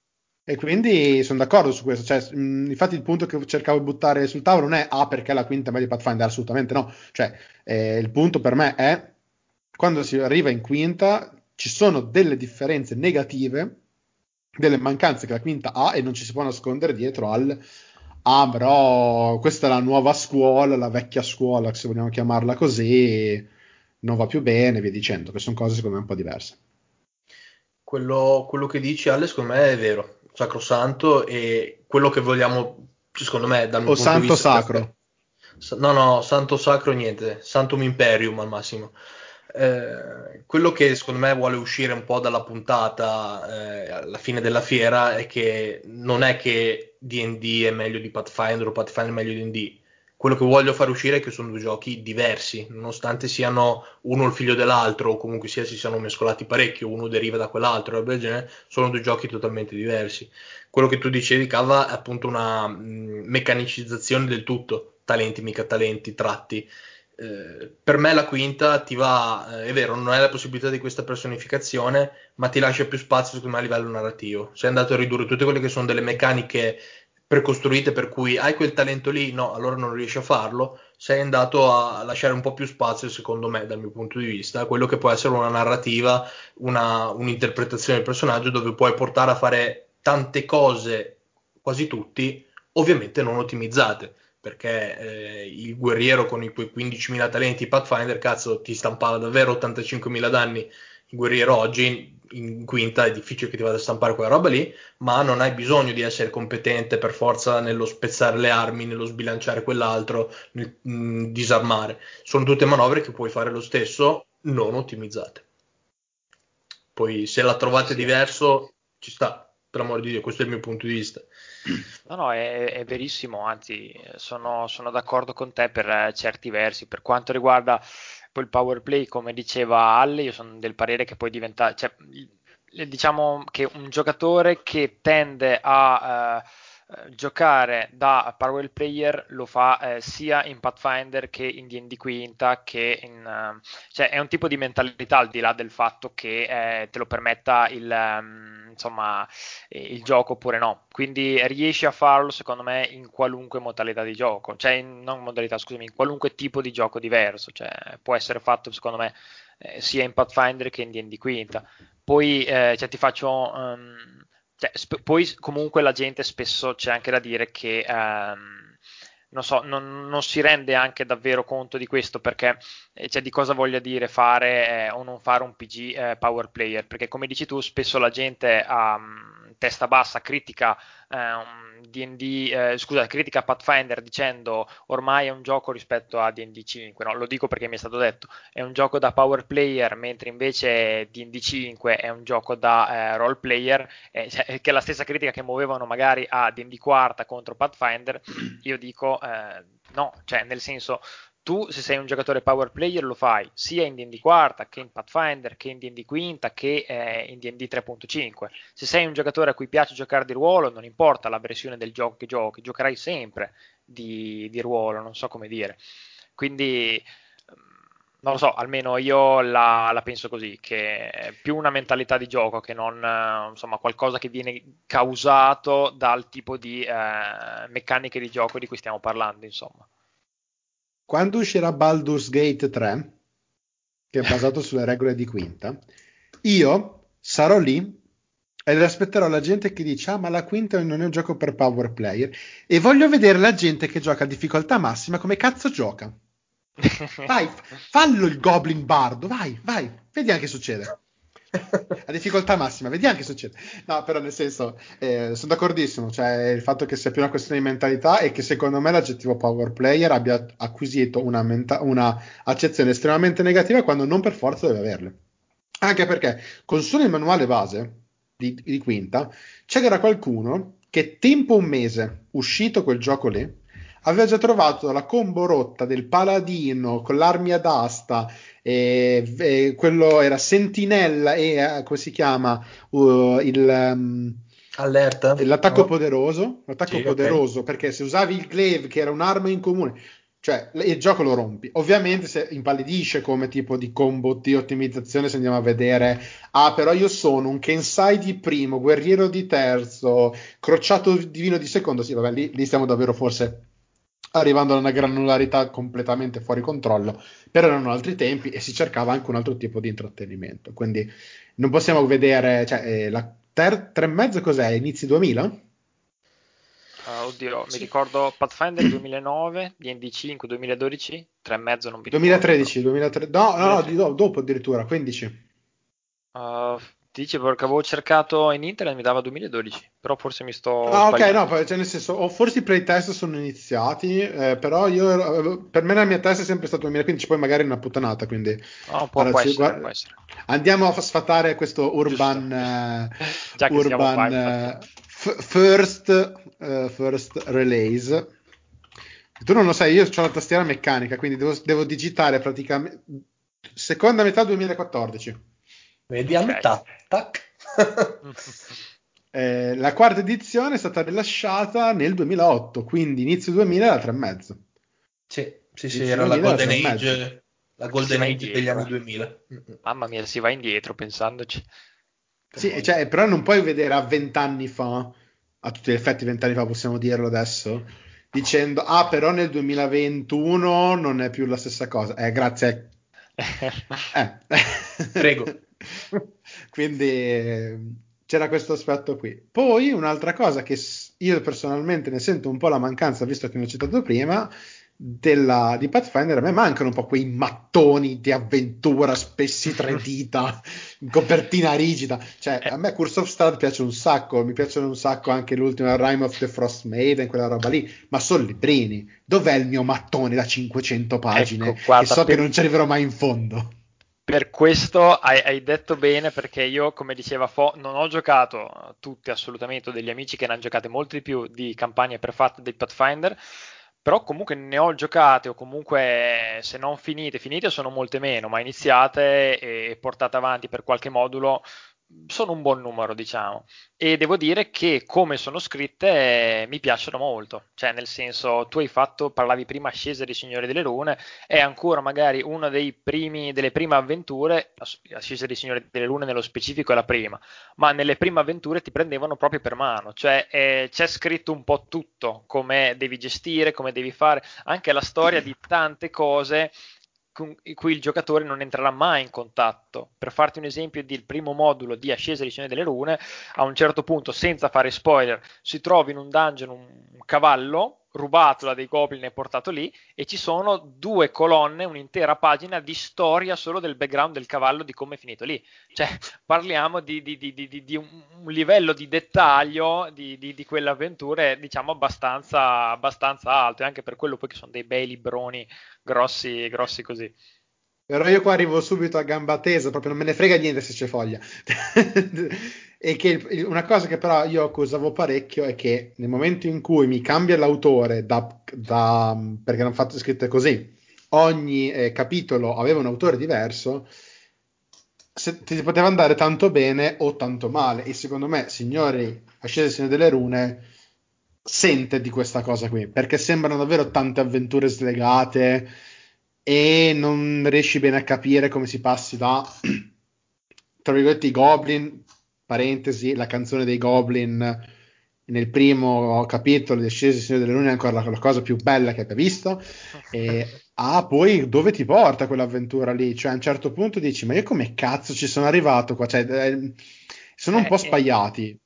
E quindi sono d'accordo su questo. Cioè, mh, infatti il punto che cercavo di buttare sul tavolo non è ah, perché la quinta è meglio di Pathfinder, assolutamente no. Cioè, eh, il punto per me è quando si arriva in quinta ci sono delle differenze negative, delle mancanze che la quinta ha e non ci si può nascondere dietro al ah, però questa è la nuova scuola, la vecchia scuola, se vogliamo chiamarla così, non va più bene, via dicendo, che sono cose secondo me un po' diverse. Quello, quello che dici, Ale, secondo me è vero, sacrosanto, e quello che vogliamo, secondo me, dal mio O punto di santo vista, sacro. no, no, santo sacro niente, santum imperium al massimo. Eh, quello che secondo me vuole uscire un po' dalla puntata eh, alla fine della fiera è che non è che D and D è meglio di Pathfinder o Pathfinder è meglio di D and D. Quello che voglio far uscire è che sono due giochi diversi, nonostante siano uno il figlio dell'altro o comunque sia si siano mescolati parecchio, uno deriva da quell'altro, roba del genere, sono due giochi totalmente diversi. Quello che tu dicevi, Cava, è appunto una mh, meccanicizzazione del tutto, talenti, mica talenti, tratti. Eh, per me la quinta ti va, eh, è vero, non hai la possibilità di questa personificazione, ma ti lascia più spazio secondo me a livello narrativo. Sei andato a ridurre tutte quelle che sono delle meccaniche precostruite per cui hai quel talento lì, no, allora non riesci a farlo, sei andato a lasciare un po' più spazio, secondo me, dal mio punto di vista, a quello che può essere una narrativa, una, un'interpretazione del personaggio dove puoi portare a fare tante cose, quasi tutti, ovviamente non ottimizzate perché eh, il guerriero con i quei quindicimila talenti Pathfinder, cazzo, ti stampava davvero ottantacinquemila danni. Il guerriero oggi in quinta è difficile che ti vada a stampare quella roba lì, ma non hai bisogno di essere competente per forza nello spezzare le armi, nello sbilanciare quell'altro, nel mh, disarmare. Sono tutte manovre che puoi fare lo stesso, non ottimizzate. Poi se la Sì, trovate sì. diverso, ci sta, per amor di Dio, questo è il mio punto di vista. No, no, è, è verissimo, anzi, sono, sono d'accordo con te per eh, certi versi. Per quanto riguarda poi il power play, come diceva Alle, io sono del parere che poi diventa, cioè, il- diciamo che un giocatore che tende a eh, eh, giocare da power player lo fa eh, sia in Pathfinder che in D and D Quinta, che in, eh, cioè è un tipo di mentalità al di là del fatto che eh, te lo permetta il, ehm, insomma, il gioco oppure no. Quindi riesci a farlo, secondo me, in qualunque modalità di gioco, cioè in, non modalità, scusami, in qualunque tipo di gioco diverso. Cioè, può essere fatto, secondo me, eh, sia in Pathfinder che in D and D Quinta. Poi eh, cioè, ti faccio. Um, cioè, sp- poi comunque la gente spesso c'è anche da dire che. Um, non so, non, non, si rende anche davvero conto di questo perché eh, cioè, di cosa voglia dire fare eh, o non fare un P G eh, power player, perché come dici tu spesso la gente a um, testa bassa critica um, D and D, eh, scusa, critica Pathfinder dicendo ormai è un gioco rispetto a D and D cinque, no? Lo dico perché mi è stato detto, è un gioco da power player, mentre invece D and D cinque è un gioco da eh, role player, eh, cioè, che è la stessa critica che muovevano magari a D and D quarta contro Pathfinder. Io dico eh, no, cioè nel senso tu se sei un giocatore power player lo fai sia in D and D quarta che in Pathfinder che in D and D quinta che eh, in D and D tre punto cinque. Se sei un giocatore a cui piace giocare di ruolo, non importa la versione del gioco che giochi, giocherai sempre di, di ruolo, non so come dire. Quindi non lo so, almeno io la, la, penso così, che è più una mentalità di gioco che non eh, insomma, qualcosa che viene causato dal tipo di eh, meccaniche di gioco di cui stiamo parlando, insomma. Quando uscirà Baldur's Gate tre, che è basato sulle regole di quinta, io sarò lì ed aspetterò la gente che dice ah ma la quinta non è un gioco per power player e voglio vedere la gente che gioca a difficoltà massima come cazzo gioca. Vai, fallo il Goblin Bardo, vai, vai, vediamo che succede. A difficoltà massima, vediamo che succede. No, però nel senso, eh, sono d'accordissimo, cioè il fatto che sia più una questione di mentalità e che secondo me l'aggettivo power player abbia acquisito una, menta- una accezione estremamente negativa quando non per forza deve averle. Anche perché con solo il manuale base di, di Quinta c'era qualcuno che tempo un mese uscito quel gioco lì aveva già trovato la combo rotta del paladino con l'armi ad asta e, e quello era sentinella e eh, come si chiama uh, il um, Allerta? l'attacco No? poderoso l'attacco Sì, ok. poderoso perché se usavi il glaive che era un'arma in comune Cioè, il gioco lo rompi. Ovviamente se impallidisce come tipo di combo di ottimizzazione se andiamo a vedere, ah, però io sono un Kensai di primo, guerriero di terzo, crociato divino di secondo. Sì, vabbè, lì, lì stiamo davvero forse arrivando a una granularità completamente fuori controllo, però erano altri tempi e si cercava anche un altro tipo di intrattenimento. Quindi non possiamo vedere, cioè, eh, la ter- tre e mezzo cos'è? Inizi duemila? Uh, oddio, mi Sì. ricordo Pathfinder duemilanove, D and D cinque duemiladodici, tre e mezzo non mi ricordo però. duemilatredici, duemilatredici, no, no, no, di- duemilatredici. no, dopo addirittura, quindici. Uh, dice perché avevo cercato in internet mi dava duemiladodici, però forse mi sto Ah, ok, no, sbagliando. poi, cioè nel senso, o forse i playtest sono iniziati, eh, però io ero- avevo- per me la mia testa è sempre stato duemilaquindici, poi magari è una puttanata, quindi No, può, allora, può ci- essere, può guarda- essere. andiamo a sfatare questo Giusto. urban, eh, Già che siamo qua, urban infatti. eh, f- first, eh, first release. Tu non lo sai, io ho la tastiera meccanica, quindi devo, devo digitare praticamente seconda metà duemilaquattordici. Vedi a Ok. metà. Tac. Eh, la quarta edizione è stata rilasciata nel duemilaotto, quindi inizio duemila era tre e mezzo. Sì, sì, sì, Inizio era la duemila era Golden tre e mezzo. Age, la Si Golden va Age degli indietro, anni eh. duemila. Mm, mm. Mamma mia, si va indietro pensandoci. Che Sì, noia. cioè, però non puoi vedere a vent'anni fa, a tutti gli effetti vent'anni fa possiamo dirlo adesso, dicendo, ah, però nel duemilaventuno non è più la stessa cosa. Eh, grazie. Eh. Prego. Quindi eh, c'era questo aspetto qui. Poi un'altra cosa che s- io personalmente ne sento un po' la mancanza, visto che ne ho citato prima, della, di Pathfinder, a me mancano un po' quei mattoni di avventura spessi tre dita, in copertina rigida. Cioè, Eh, a me Curse of Strahd piace un sacco, mi piacciono un sacco anche l'ultima Rime of the Frost Maiden, quella roba lì, ma sono librini. Dov'è il mio mattone da cinquecento pagine ecco, che guarda, so che per, non ci arriverò mai in fondo? per questo hai, hai detto bene, perché io, come diceva Fo, non ho giocato eh, tutte assolutamente, ho degli amici che ne hanno giocate molte di più di campagne prefatte dei Pathfinder, però comunque ne ho giocate, o comunque se non finite, finite sono molte meno, ma iniziate e portate avanti per qualche modulo sono un buon numero, diciamo. E devo dire che come sono scritte eh, mi piacciono molto, cioè nel senso tu hai fatto, parlavi prima Ascesa dei Signori delle Rune, è ancora magari una dei primi, delle prime avventure, Ascesa dei Signori delle Lune nello specifico è la prima, ma nelle prime avventure ti prendevano proprio per mano, cioè eh, c'è scritto un po' tutto, come devi gestire, come devi fare, anche la storia di tante cose con cui il giocatore non entrerà mai in contatto. Per farti un esempio del primo modulo di Ascesa dei Signori delle Rune, a un certo punto, senza fare spoiler, si trova in un dungeon un, un cavallo rubato da dei goblin e portato lì, e ci sono due colonne, un'intera pagina di storia solo del background del cavallo, di come è finito lì. Cioè, parliamo di, di, di, di, di un, un livello di dettaglio di, di, di quelle avventure, diciamo, abbastanza, abbastanza alto, e anche per quello poi che sono dei bei libroni grossi, grossi così. Però io qua arrivo subito a gamba tesa, proprio non me ne frega niente se c'è foglia. E che il- il- una cosa che però io accusavo parecchio è che nel momento in cui mi cambia l'autore, da, da- perché hanno fatto scritte così, ogni eh, capitolo aveva un autore diverso, se, ti poteva andare tanto bene o tanto male. E secondo me, signori, Ascesa Signore delle Rune sente di questa cosa qui, perché sembrano davvero tante avventure slegate e non riesci bene a capire come si passi da, tra virgolette, i Goblin, parentesi, la canzone dei Goblin nel primo capitolo di Ascesi Signore delle Lune è ancora la, la cosa più bella che abbia visto, e ah, poi dove ti porta quell'avventura lì? Cioè a un certo punto dici, ma io come cazzo ci sono arrivato qua? Cioè, eh, sono un È, po' è- spaiati,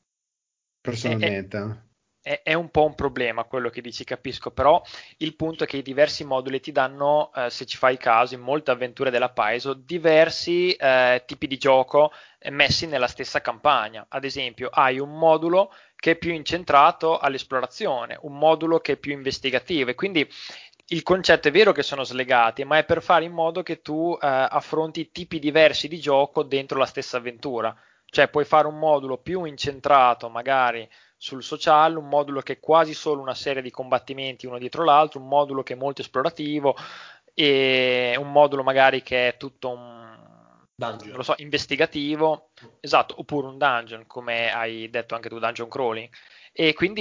è- è- personalmente. è- è un po' un problema quello che dici, capisco, però il punto è che i diversi moduli ti danno, eh, se ci fai caso, in molte avventure della Paiso, diversi eh, tipi di gioco eh, messi nella stessa campagna. Ad esempio, hai un modulo che è più incentrato all'esplorazione, un modulo che è più investigativo, e quindi il concetto è vero che sono slegati, ma è per fare in modo che tu eh, affronti tipi diversi di gioco dentro la stessa avventura. Cioè puoi fare un modulo più incentrato magari sul sociale, un modulo che è quasi solo una serie di combattimenti uno dietro l'altro, un modulo che è molto esplorativo, e un modulo magari che è tutto un, non lo Dungeon. so, investigativo, esatto, oppure un dungeon, come hai detto anche tu, dungeon crawling. E quindi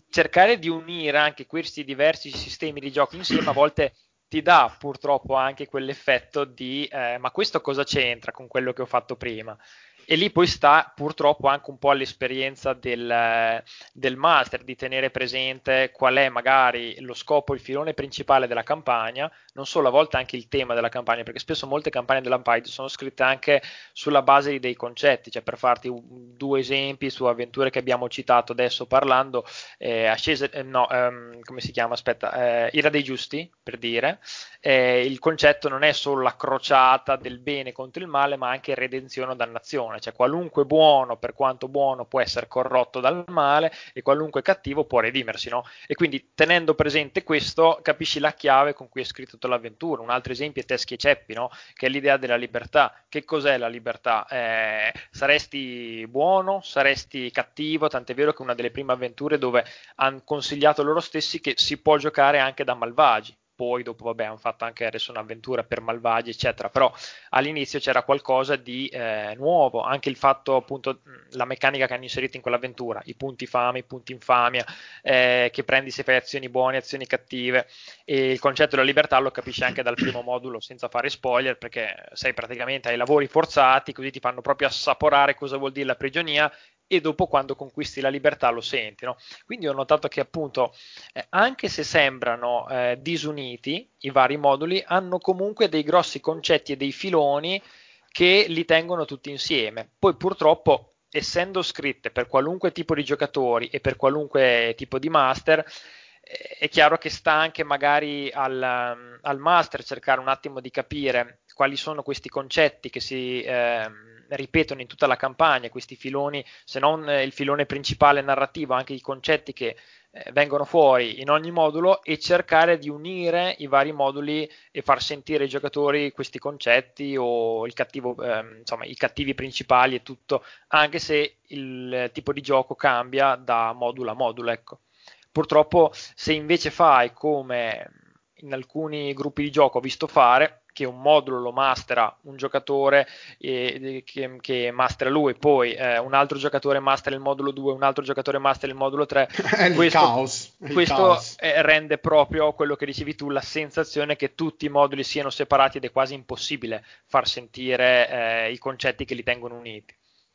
cercare di unire anche questi diversi sistemi di gioco insieme a volte ti dà purtroppo anche quell'effetto di eh, ma questo cosa c'entra con quello che ho fatto prima? E lì poi sta purtroppo anche un po' all'esperienza del, del master di tenere presente qual è magari lo scopo, il filone principale della campagna, non solo a volte anche il tema della campagna, perché spesso molte campagne della Python sono scritte anche sulla base di dei concetti, cioè per farti un, due esempi su avventure che abbiamo citato adesso parlando, eh, Ascese, eh, no, ehm, come si chiama? Aspetta, eh, Ira dei Giusti, per dire, eh, il concetto non è solo la crociata del bene contro il male, ma anche redenzione o dannazione, cioè qualunque buono, per quanto buono, può essere corrotto dal male e qualunque cattivo può redimersi, no? E quindi tenendo presente questo capisci la chiave con cui è scritto tutta l'avventura. Un altro esempio è Teschi e Ceppi, no? Che è l'idea della libertà. Che cos'è la libertà? Eh, saresti buono, saresti cattivo, tant'è vero che una delle prime avventure dove hanno consigliato loro stessi che si può giocare anche da malvagi. Poi dopo, vabbè, hanno fatto anche adesso un'avventura per malvagi, eccetera, però all'inizio c'era qualcosa di eh, nuovo, anche il fatto, appunto, la meccanica che hanno inserito in quell'avventura, i punti fame, i punti infamia, eh, che prendi se fai azioni buone, azioni cattive, e il concetto della libertà lo capisci anche dal primo modulo, senza fare spoiler, perché sei praticamente ai lavori forzati, così ti fanno proprio assaporare cosa vuol dire la prigionia, e dopo quando conquisti la libertà lo senti, no? Quindi ho notato che appunto eh, anche se sembrano eh, disuniti i vari moduli, hanno comunque dei grossi concetti e dei filoni che li tengono tutti insieme. Poi purtroppo, essendo scritte per qualunque tipo di giocatori e per qualunque tipo di master, eh, è chiaro che sta anche magari al, um, al master cercare un attimo di capire quali sono questi concetti che si eh, ripetono in tutta la campagna, questi filoni, se non eh, il filone principale narrativo, anche i concetti che eh, vengono fuori in ogni modulo, e cercare di unire i vari moduli e far sentire ai giocatori questi concetti o il cattivo, eh, insomma, i cattivi principali e tutto, anche se il tipo di gioco cambia da modulo a modulo, ecco. Purtroppo, se invece fai come in alcuni gruppi di gioco ho visto fare, che un modulo lo mastera un giocatore eh, che, che mastera lui, poi eh, un altro giocatore mastera il modulo due, un altro giocatore mastera il modulo tre, È il questo, caos, è il questo caos. eh, rende proprio quello che dicevi tu, la sensazione che tutti i moduli siano separati ed è quasi impossibile far sentire eh, i concetti che li tengono uniti.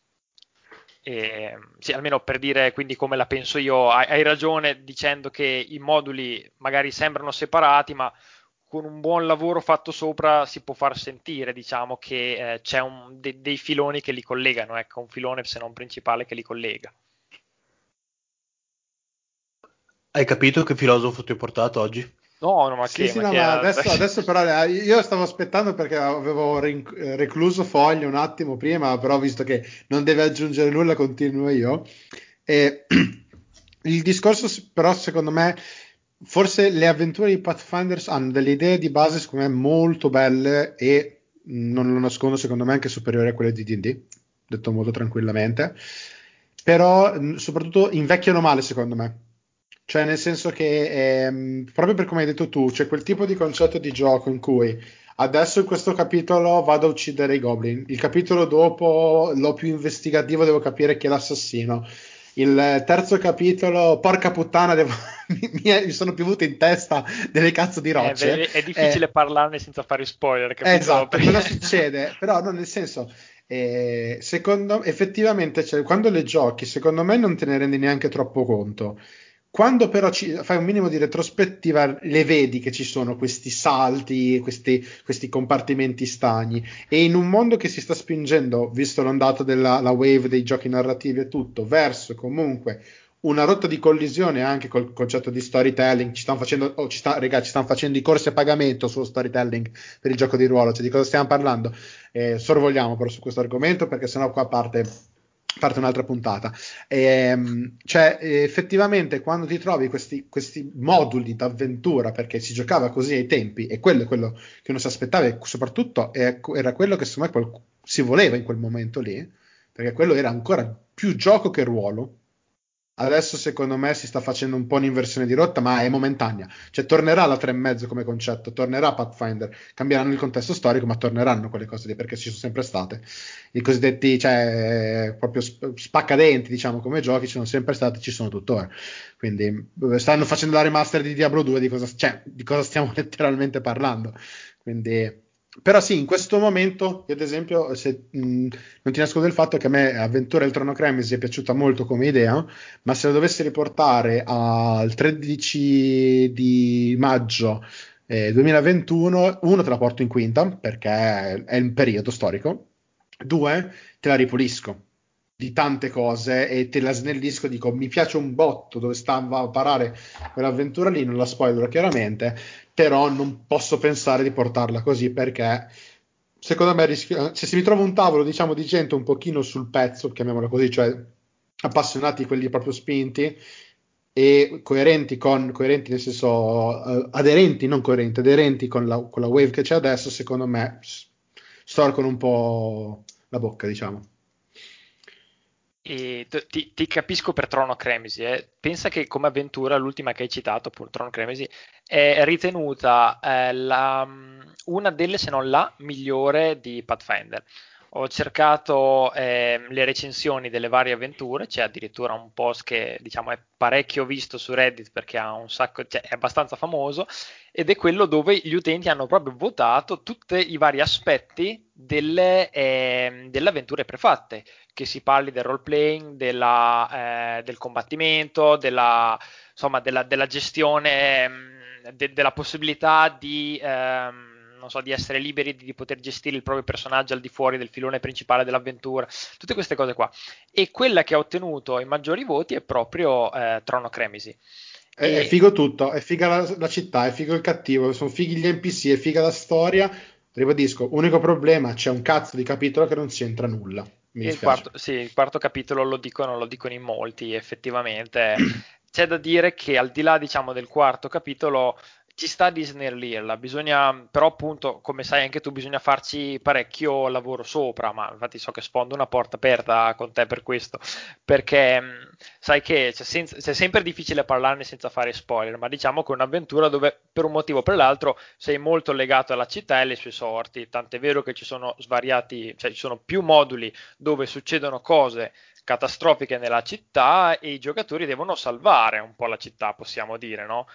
E, sì, almeno per dire quindi come la penso io, hai, hai ragione dicendo che i moduli magari sembrano separati, ma con un buon lavoro fatto sopra si può far sentire, diciamo, che eh, c'è un, de, dei filoni che li collegano, ecco, un filone se non principale che li collega. Hai capito che filosofo ti ho portato oggi? No, no, ma Sì, che, sì, ma no, che ma adesso, adesso però eh, io stavo aspettando perché avevo rin- eh, recluso fogli un attimo prima, però visto che non deve aggiungere nulla, continuo io. E il discorso, s- però, secondo me, forse le avventure di Pathfinders hanno delle idee di base, secondo me, molto belle e mh, non lo nascondo, secondo me, anche superiori a quelle di D and D, detto molto tranquillamente. Però, mh, soprattutto, invecchiano male, secondo me. Cioè, nel senso che, ehm, proprio per come hai detto tu, c'è quel tipo di concetto di gioco in cui adesso in questo capitolo vado a uccidere i goblin, il capitolo dopo l'ho più investigativo, devo capire chi è l'assassino. Il terzo capitolo, porca puttana, devo- mi, mi è- mi sono piovuto in testa delle cazzo di è, rocce. è difficile Eh, parlarne senza fare spoiler, eh, capito? esatto, cosa succede? Però no, nel senso, eh, secondo effettivamente, cioè, quando le giochi, secondo me non te ne rendi neanche troppo conto. Quando però ci, fai un minimo di retrospettiva, le vedi che ci sono questi salti, questi, questi compartimenti stagni. E in un mondo che si sta spingendo, visto l'ondata della la wave dei giochi narrativi e tutto, verso comunque una rotta di collisione anche col concetto di storytelling. Ci stanno facendo, oh, ci sta, regà, ci stanno facendo i corsi a pagamento sullo storytelling per il gioco di ruolo. Cioè, di cosa stiamo parlando? Eh, sorvoliamo però su questo argomento perché sennò qua parte, parte un'altra puntata. Ehm, cioè, effettivamente, quando ti trovi questi, questi moduli d'avventura, perché si giocava così ai tempi, e quello è quello che uno si aspettava, e soprattutto è, era quello che secondo me qual- si voleva in quel momento lì, perché quello era ancora più gioco che ruolo. Adesso secondo me si sta facendo un po' un'inversione di rotta, ma è momentanea. Cioè tornerà la tre e mezzo come concetto, tornerà Pathfinder, cambieranno il contesto storico, ma torneranno quelle cose lì perché ci sono sempre state. I cosiddetti, cioè, proprio sp- spaccadenti, diciamo, come giochi, ci sono sempre stati, ci sono tuttora. Quindi eh, stanno facendo la remaster di Diablo due, di cosa, cioè, di cosa stiamo letteralmente parlando. Quindi però sì, in questo momento, io ad esempio, se, mh, non ti nascondo il fatto che a me Avventura del Trono Cremisi è piaciuta molto come idea, ma se lo dovessi riportare al tredici di maggio eh, duemilaventuno, uno te la porto in quinta perché è, è il periodo storico, due te la ripulisco di tante cose e te la snellisco, dico mi piace un botto dove stava a parare quell'avventura lì, non la spoilerò chiaramente, però non posso pensare di portarla così perché secondo me rischio, se si ritrova un tavolo diciamo di gente un pochino sul pezzo, chiamiamolo così, cioè appassionati, quelli proprio spinti e coerenti con, coerenti nel senso uh, aderenti, non coerenti, aderenti con la, con la wave che c'è adesso, secondo me s- storcono un po' la bocca, diciamo. E t- ti, ti capisco per Trono Cremisi, eh. Pensa che come avventura, l'ultima che hai citato, appunto, Trono Cremisi, è ritenuta eh, la- una delle, se non la migliore di Pathfinder. Ho cercato ehm, le recensioni delle varie avventure, c'è addirittura un post che diciamo è parecchio visto su Reddit perché ha un sacco, cioè, è abbastanza famoso, ed è quello dove gli utenti hanno proprio votato tutti i vari aspetti delle, ehm, delle avventure prefatte, che si parli del role playing, della, eh, del combattimento, della, insomma, della, della gestione, ehm, de- della possibilità di, ehm, non so, di essere liberi, di, di poter gestire il proprio personaggio al di fuori del filone principale dell'avventura, tutte queste cose qua. E quella che ha ottenuto i maggiori voti è proprio eh, Trono Cremisi. È, è E figo tutto, è figa la, la città, è figo il cattivo, sono fighi gli N P C, è figa la storia. Ribadisco, unico problema, c'è un cazzo di capitolo che non c'entra nulla. Mi Il dispiace. quarto, sì, il quarto capitolo lo dicono, lo dicono in molti, effettivamente. C'è da dire che al di là, diciamo, del quarto capitolo ci sta di snellirla, bisogna, però appunto, come sai anche tu, bisogna farci parecchio lavoro sopra, ma infatti so che sfondo una porta aperta con te per questo, perché mh, sai che c'è, senza- c'è sempre difficile parlarne senza fare spoiler, ma diciamo che è un'avventura dove per un motivo o per l'altro sei molto legato alla città e alle sue sorti, tant'è vero che ci sono svariati, cioè ci sono più moduli dove succedono cose catastrofiche nella città e i giocatori devono salvare un po' la città, possiamo dire, no?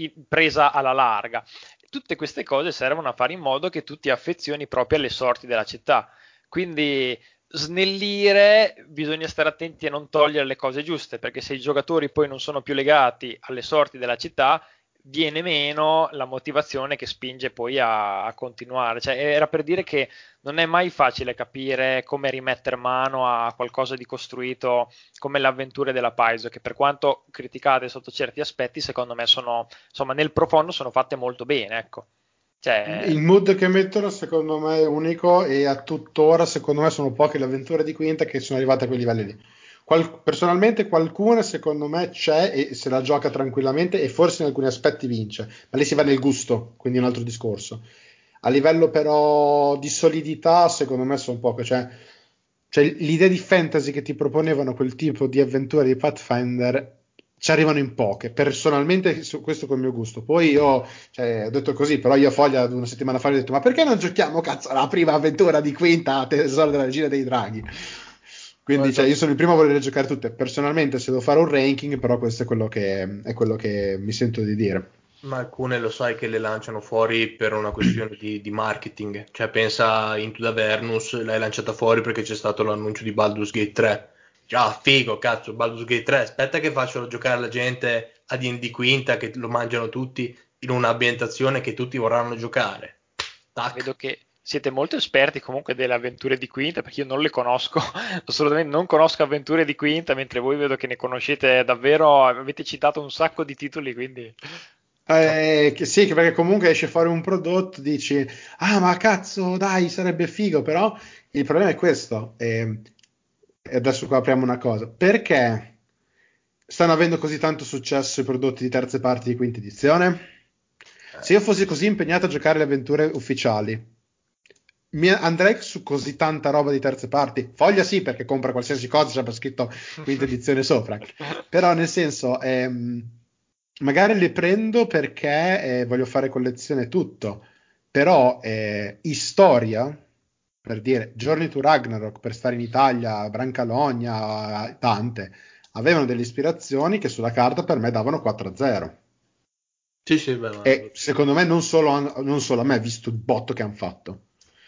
Presa alla larga. Tutte queste cose servono a fare in modo che tu ti affezioni proprio alle sorti della città. Quindi snellire, bisogna stare attenti a non togliere le cose giuste, perché se i giocatori poi non sono più legati alle sorti della città, viene meno la motivazione che spinge poi a, a continuare. Cioè, era per dire che non è mai facile capire come rimettere mano a qualcosa di costruito come le avventure della Paizo, che per quanto criticate sotto certi aspetti, secondo me sono, insomma, nel profondo sono fatte molto bene, ecco. Cioè, Il mood che mettono secondo me è unico e a tuttora secondo me sono poche le avventure di Quinta che sono arrivate a quei livelli lì. Qual- personalmente qualcuna secondo me c'è e se la gioca tranquillamente e forse in alcuni aspetti vince, ma lì si va nel gusto, quindi è un altro discorso. A livello però di solidità secondo me sono poche, cioè, cioè l'idea di fantasy che ti proponevano quel tipo di avventure di Pathfinder ci arrivano in poche, personalmente su questo col mio gusto. Poi io cioè, ho detto così, però io a Foglia una settimana fa ho detto ma perché non giochiamo cazzo la prima avventura di Quinta Tesoro della Regina dei Draghi? Quindi cioè, io sono il primo a voler giocare tutte. Personalmente se devo fare un ranking, però questo è quello che, è quello che mi sento di dire. Ma alcune lo sai che le lanciano fuori per una questione di, di marketing. Cioè, pensa a Into the Avernus, l'hai lanciata fuori perché c'è stato l'annuncio di Baldur's Gate tre. Già, figo, cazzo, Baldur's Gate tre. Aspetta che faccio giocare la gente a D and D Quinta, che lo mangiano tutti in un'ambientazione che tutti vorranno giocare. vedo Tac. che siete molto esperti comunque delle avventure di Quinta, perché io non le conosco, assolutamente non conosco avventure di Quinta, mentre voi vedo che ne conoscete davvero, avete citato un sacco di titoli, quindi Eh, che sì, che perché comunque esce fuori un prodotto, dici, ah ma cazzo, dai, sarebbe figo, però il problema è questo, e, e adesso qua apriamo una cosa, perché stanno avendo così tanto successo i prodotti di terze parti di quinta edizione? Se io Eh, fossi così impegnato a giocare le avventure ufficiali, mi andrei su così tanta roba di terze parti. Foglia sì, perché compra qualsiasi cosa, c'è scritto quinta edizione sopra. Però nel senso, ehm, magari le prendo perché eh, voglio fare collezione tutto. Però eh, Historia, per dire, Journey to Ragnarok, per stare in Italia, Brancalonia, tante, avevano delle ispirazioni che sulla carta per me davano quattro a zero. Sì, sì, beh, ma E secondo me non solo, non solo a me, visto il botto che hanno fatto.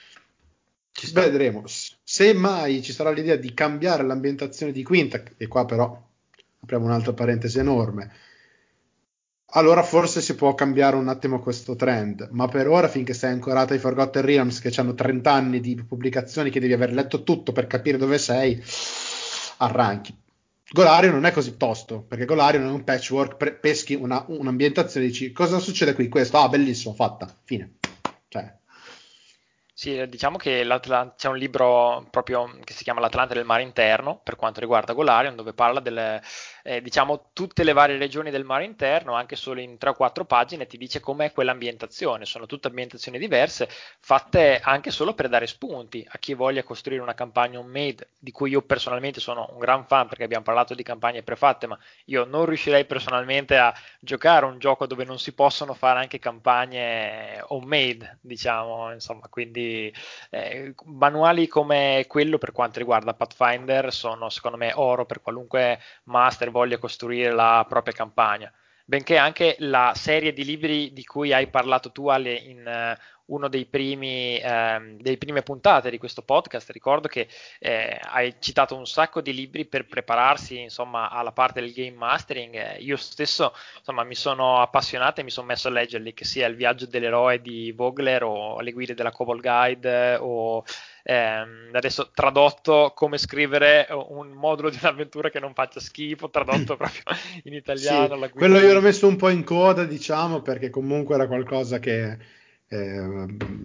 ci sta. Vedremo. Se mai ci sarà l'idea di cambiare l'ambientazione di Quinta, e qua però apriamo un'altra parentesi enorme, allora forse si può cambiare un attimo questo trend, ma per ora, finché sei ancorata ai Forgotten Realms, che hanno trenta anni di pubblicazioni, che devi aver letto tutto per capire dove sei, arranchi. Golarion non è così tosto, perché Golarion è un patchwork, pre- peschi una, un'ambientazione e dici cosa succede qui? Questo, ah bellissimo, fatta, fine. Cioè, Sì, diciamo che l'Atlan- c'è un libro proprio che si chiama L'Atlante del mare interno per quanto riguarda Golarion, dove parla delle, eh, diciamo, tutte le varie regioni del mare interno, anche solo in tre o quattro pagine, ti dice com'è quell'ambientazione. Sono tutte ambientazioni diverse, fatte anche solo per dare spunti a chi voglia costruire una campagna homemade, di cui io personalmente sono un gran fan, perché abbiamo parlato di campagne prefatte, ma io non riuscirei personalmente a giocare a un gioco dove non si possono fare anche campagne homemade, diciamo, insomma, quindi eh, manuali come quello per quanto riguarda Pathfinder sono secondo me oro per qualunque master voglia costruire la propria campagna. Benché anche la serie di libri di cui hai parlato tu, Ale, in eh, uno dei primi, ehm, delle prime puntate di questo podcast, ricordo che eh, hai citato un sacco di libri per prepararsi, insomma, alla parte del game mastering. Eh, io stesso, insomma, mi sono appassionato e mi sono messo a leggerli, che sia Il viaggio dell'eroe di Vogler o Le guide della Kobold Guide o ehm, adesso tradotto come scrivere un modulo di un'avventura che non faccia schifo, tradotto proprio in sì, italiano, la guida quello io l'ho di... messo un po' in coda, diciamo, perché comunque era qualcosa che eh,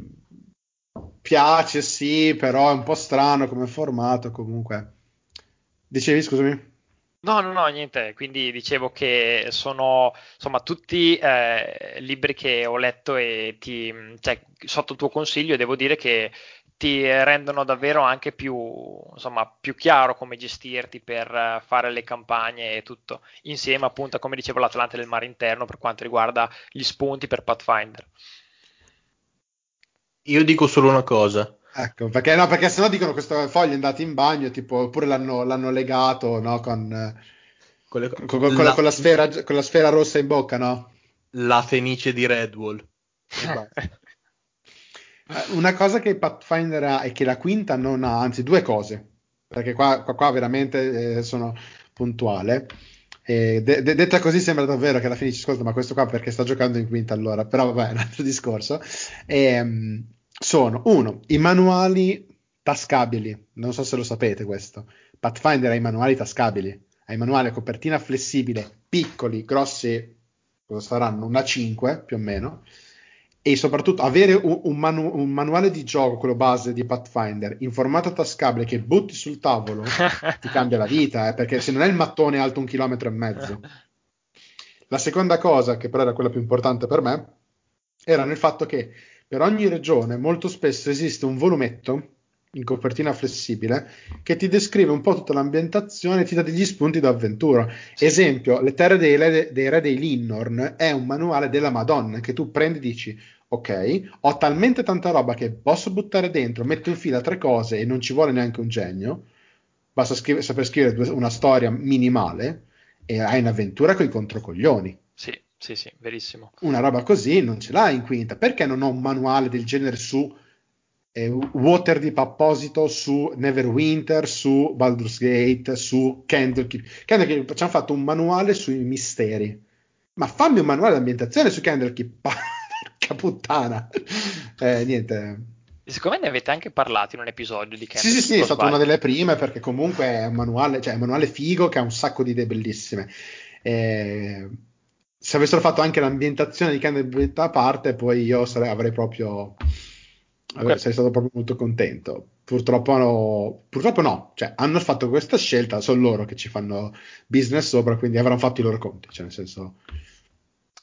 piace, sì, però è un po' strano come formato, comunque. Dicevi, scusami? No, no, no, niente, quindi dicevo che sono insomma tutti eh, libri che ho letto e ti, cioè, sotto il tuo consiglio devo dire che ti rendono davvero anche più, insomma, più chiaro come gestirti per eh, fare le campagne e tutto, insieme appunto a, come dicevo, l'Atlante del mare interno per quanto riguarda gli spunti per Pathfinder. Io dico solo una cosa. Ecco, perché no, perché sennò dicono questo foglio è andato in bagno, tipo, oppure l'hanno, l'hanno legato, no, con, eh, Con, le- con- con- con la, la, con la sfera, con la sfera rossa in bocca, no? la Fenice di Redwall. E basta. Eh, Una cosa che Pathfinder ha e che la quinta non ha, anzi due cose, perché qua, qua, qua veramente eh, sono puntuale. E de- de- detta così sembra davvero che alla fine ci ascolta, ma questo qua perché sta giocando in quinta allora, però vabbè, è un altro discorso. Ehm, sono, uno, i manuali tascabili, non so se lo sapete questo. Pathfinder ha i manuali tascabili, ha i manuali a copertina flessibile, piccoli, grossi, cosa saranno? Una cinque più o meno, e soprattutto avere un, un manu- un manuale di gioco, quello base di Pathfinder, in formato tascabile che butti sul tavolo, ti cambia la vita, eh, perché se non è il mattone alto un chilometro e mezzo. La seconda cosa, che però era quella più importante per me, era nel fatto che per ogni regione molto spesso esiste un volumetto in copertina flessibile che ti descrive un po' tutta l'ambientazione e ti dà degli spunti d'avventura. Sì. Esempio, Le terre dei re, dei re dei Linnorn è un manuale della Madonna che tu prendi e dici: ok, ho talmente tanta roba che posso buttare dentro, metto in fila tre cose e non ci vuole neanche un genio, basta scrive- saper scrivere due- una storia minimale e hai un'avventura con i controcoglioni. Sì, sì, sì, verissimo. Una roba così non ce l'hai in quinta. Perché non ho un manuale del genere su eh, Waterdeep apposito, su Neverwinter, su Baldur's Gate, su Candlekeep? Candlekeep ci hanno fatto un manuale sui misteri. Ma fammi un manuale di ambientazione su Candlekeep. Porca puttana. Eh, niente. E siccome ne avete anche parlato in un episodio di Sì, sì, sì, Candlekeep, è o stata una sbaglio? delle prime perché comunque è un manuale, cioè è un manuale figo che ha un sacco di idee bellissime. Eh, se avessero fatto anche l'ambientazione di Candlekeep a parte, poi io sarei, avrei proprio, avrei- Comunque, sarei stato proprio molto contento. Purtroppo no, purtroppo no, cioè hanno fatto questa scelta, sono loro che ci fanno business sopra, quindi avranno fatto i loro conti, cioè nel senso...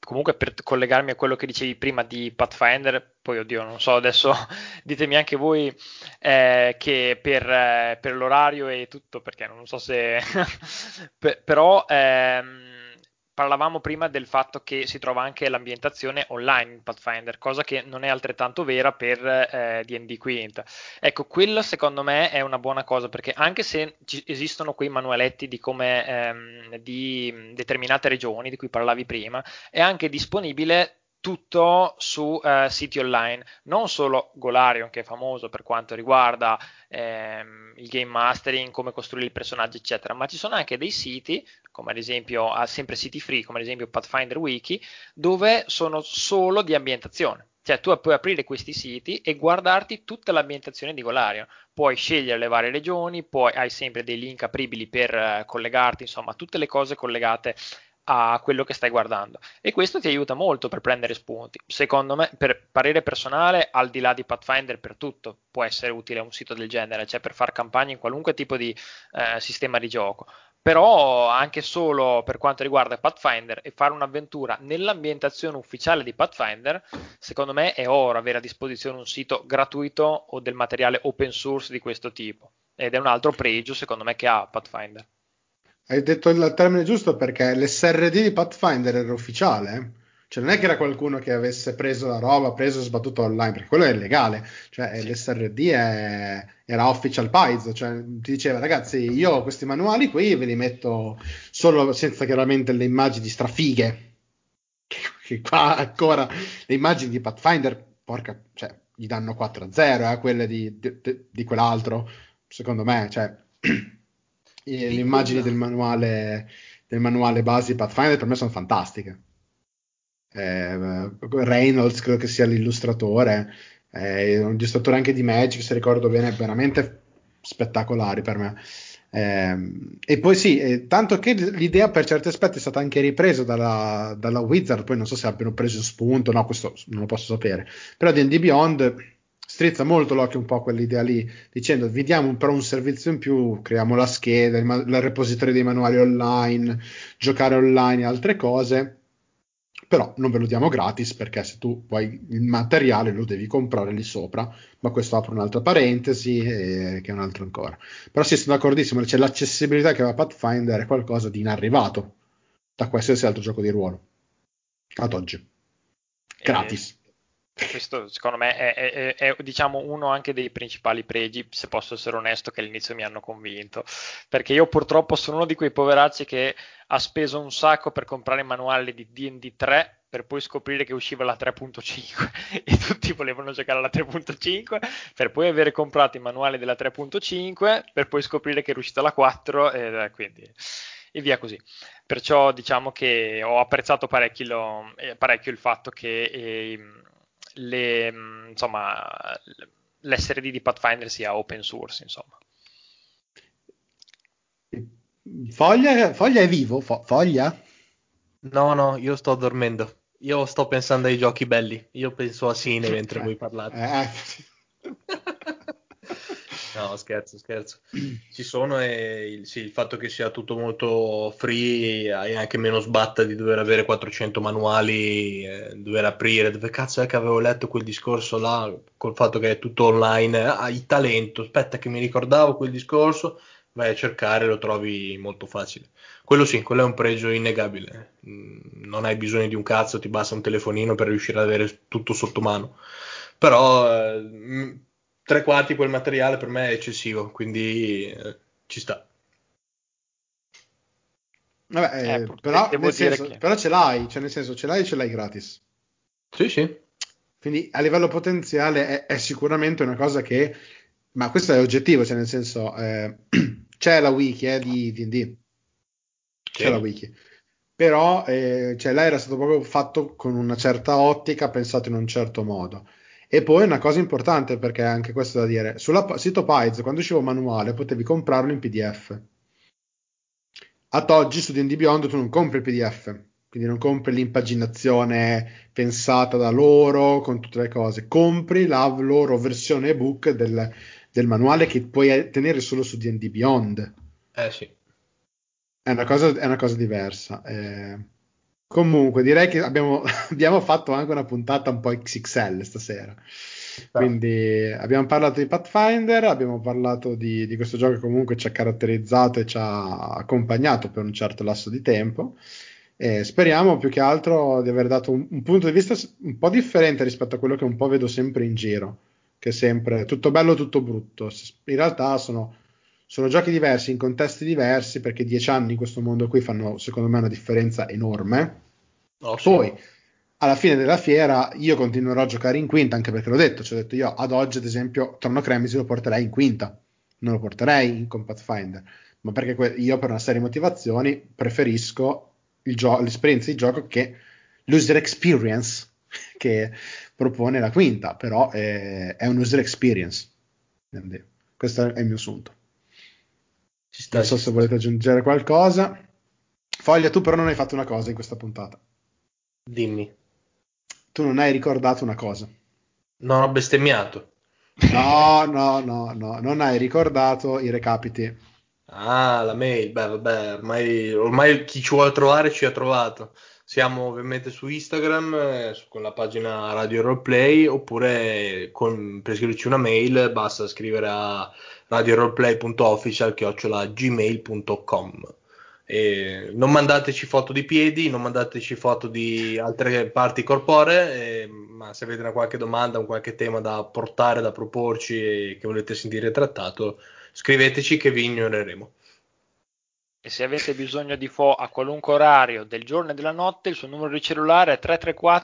comunque per collegarmi a quello che dicevi prima di Pathfinder, poi oddio, non so, adesso ditemi anche voi eh, che per, eh, per l'orario e tutto, perché non so se... per- però ehm, parlavamo prima del fatto che si trova anche l'ambientazione online in Pathfinder, cosa che non è altrettanto vera per eh, D and D Quint. Ecco, quello secondo me è una buona cosa, perché anche se ci esistono quei manualetti di come ehm, di determinate regioni di cui parlavi prima, è anche disponibile tutto su eh, siti online, non solo Golarion, che è famoso per quanto riguarda ehm, il game mastering, come costruire i personaggi, eccetera, ma ci sono anche dei siti, come ad esempio, ah, sempre siti free, come ad esempio Pathfinder Wiki, dove sono solo di ambientazione. Cioè tu puoi aprire questi siti e guardarti tutta l'ambientazione di Golarion, puoi scegliere le varie regioni, poi hai sempre dei link apribili per eh, collegarti, insomma, tutte le cose collegate a quello che stai guardando, e questo ti aiuta molto per prendere spunti. Secondo me, per parere personale, al di là di Pathfinder, per tutto può essere utile un sito del genere, cioè per fare campagne in qualunque tipo di eh, sistema di gioco. Però anche solo per quanto riguarda Pathfinder e fare un'avventura nell'ambientazione ufficiale di Pathfinder, secondo me è oro avere a disposizione un sito gratuito o del materiale open source di questo tipo, ed è un altro pregio secondo me che ha Pathfinder. Hai detto il termine giusto, perché l'S R D di Pathfinder era ufficiale, eh. Cioè non è che era qualcuno che avesse preso la roba, preso e sbattuto online, perché quello è illegale. Cioè Sì. l'S R D è- era official Paizo, cioè ti diceva ragazzi io ho questi manuali qui, ve li metto solo senza chiaramente le immagini strafighe. Che, che qua ancora le immagini di Pathfinder, porca, cioè gli danno quattro a zero, eh, quelle di, di, di quell'altro, secondo me, cioè le Sì, immagini del quella. manuale, del manuale base di Pathfinder per me sono fantastiche. Eh, Reynolds credo che sia l'illustratore, eh, un illustratore anche di Magic, se ricordo bene, veramente spettacolari per me. Eh, e poi sì, eh, tanto che l'idea per certi aspetti è stata anche ripresa dalla, dalla Wizard, poi non so se abbiano preso spunto, no, questo non lo posso sapere, però D and D Beyond strizza molto l'occhio un po' a quell'idea lì, dicendo vi diamo però un servizio in più, creiamo la scheda, il, ma- il repository dei manuali online, giocare online e altre cose, però non ve lo diamo gratis perché se tu vuoi il materiale lo devi comprare lì sopra, ma questo apre un'altra parentesi eh, che è un altro ancora. Però sì, sono d'accordissimo, c'è l'accessibilità che aveva Pathfinder è qualcosa di inarrivato da qualsiasi altro gioco di ruolo ad oggi, E gratis. questo secondo me è, è- è- è, diciamo uno anche dei principali pregi, se posso essere onesto, che all'inizio mi hanno convinto, perché io purtroppo sono uno di quei poveracci che ha speso un sacco per comprare il manuale di D and D tre per poi scoprire che usciva la tre punto cinque e tutti volevano giocare alla tre punto cinque, per poi avere comprato il manuale della tre punto cinque per poi scoprire che era uscita la quattro e eh, quindi e via così. Perciò diciamo che ho apprezzato parecchio, lo- eh, parecchio il fatto che eh, le, mh, insomma, l'S R D di Pathfinder sia open source, insomma. Foglia, Foglia è vivo? Fo- Foglia? No, no, io sto dormendo. Io sto pensando ai giochi belli. Io penso a Sine mentre voi parlate. Eh, No, scherzo, scherzo. Ci sono e il, sì, il fatto che sia tutto molto free, hai anche meno sbatta di dover avere quattrocento manuali, eh, dover aprire. Dove cazzo è che avevo letto quel discorso là, col fatto che è tutto online? Ah, hai talento, aspetta che mi ricordavo quel discorso, vai a cercare, lo trovi molto facile. Quello sì, quello è un pregio innegabile. Mm, Non hai bisogno di un cazzo, ti basta un telefonino per riuscire ad avere tutto sotto mano. Però eh, mm, tre quarti quel materiale per me è eccessivo, quindi eh, ci sta. vabbè, Eh, eh, pur- de- però, devo nel dire senso, che però ce l'hai, cioè nel senso ce l'hai e ce l'hai gratis. Sì, sì. Quindi a livello potenziale è, è sicuramente una cosa che, ma questo è oggettivo, cioè nel senso, eh, c'è la wiki eh, di D and D, c'è la Sì. wiki, però eh, cioè, là era stato proprio fatto con una certa ottica, pensato in un certo modo. E poi una cosa importante, perché anche questo da dire, sul sito Pies, quando usciva un manuale, potevi comprarlo in P D F. Ad oggi su D and D Beyond tu non compri il P D F, quindi non compri l'impaginazione pensata da loro con tutte le cose, compri la loro versione ebook del, del manuale che puoi tenere solo su D and D Beyond. Eh sì. È una cosa, è una cosa diversa. eh. Comunque, direi che abbiamo, abbiamo fatto anche una puntata un po' X X L stasera. Quindi abbiamo parlato di Pathfinder, abbiamo parlato di, di questo gioco che comunque ci ha caratterizzato e ci ha accompagnato per un certo lasso di tempo. E speriamo più che altro di aver dato un, un punto di vista s- un po' differente rispetto a quello che un po' vedo sempre in giro, che è sempre tutto bello, tutto brutto. S- In realtà sono, sono giochi diversi, in contesti diversi, perché dieci anni in questo mondo qui fanno secondo me una differenza enorme. Oh, sì. Poi, alla fine della fiera, io continuerò a giocare in quinta, anche perché l'ho detto, ci ho detto io ad oggi, ad esempio, Trono Cremisi lo porterei in quinta, non lo porterei in Combat Finder, ma perché que- io per una serie di motivazioni preferisco il gio- l'esperienza di gioco che l'user experience che propone la quinta, però è, è un user experience. Quindi, questo è il mio sunto. Ci Non sta, so ci se sta. volete aggiungere qualcosa. Foglia, tu però non hai fatto una cosa in questa puntata. Dimmi. Tu non hai ricordato una cosa. Non ho bestemmiato. No, no, no, no, non hai ricordato i recapiti. Ah, la mail, beh, vabbè, ormai, ormai chi ci vuole trovare ci ha trovato. Siamo ovviamente su Instagram, eh, su- con la pagina Radio Roleplay, oppure con- per scriverci una mail basta scrivere a radioroleplay.official chiocciola gmail punto com. E non mandateci foto di piedi, non mandateci foto di altre parti corporee, eh, ma se avete una qualche domanda, un qualche tema da portare, da proporci e che volete sentire trattato, scriveteci che vi ignoreremo. E se avete bisogno di Fo a qualunque orario del giorno e della notte, il suo numero di cellulare è tre tre quattro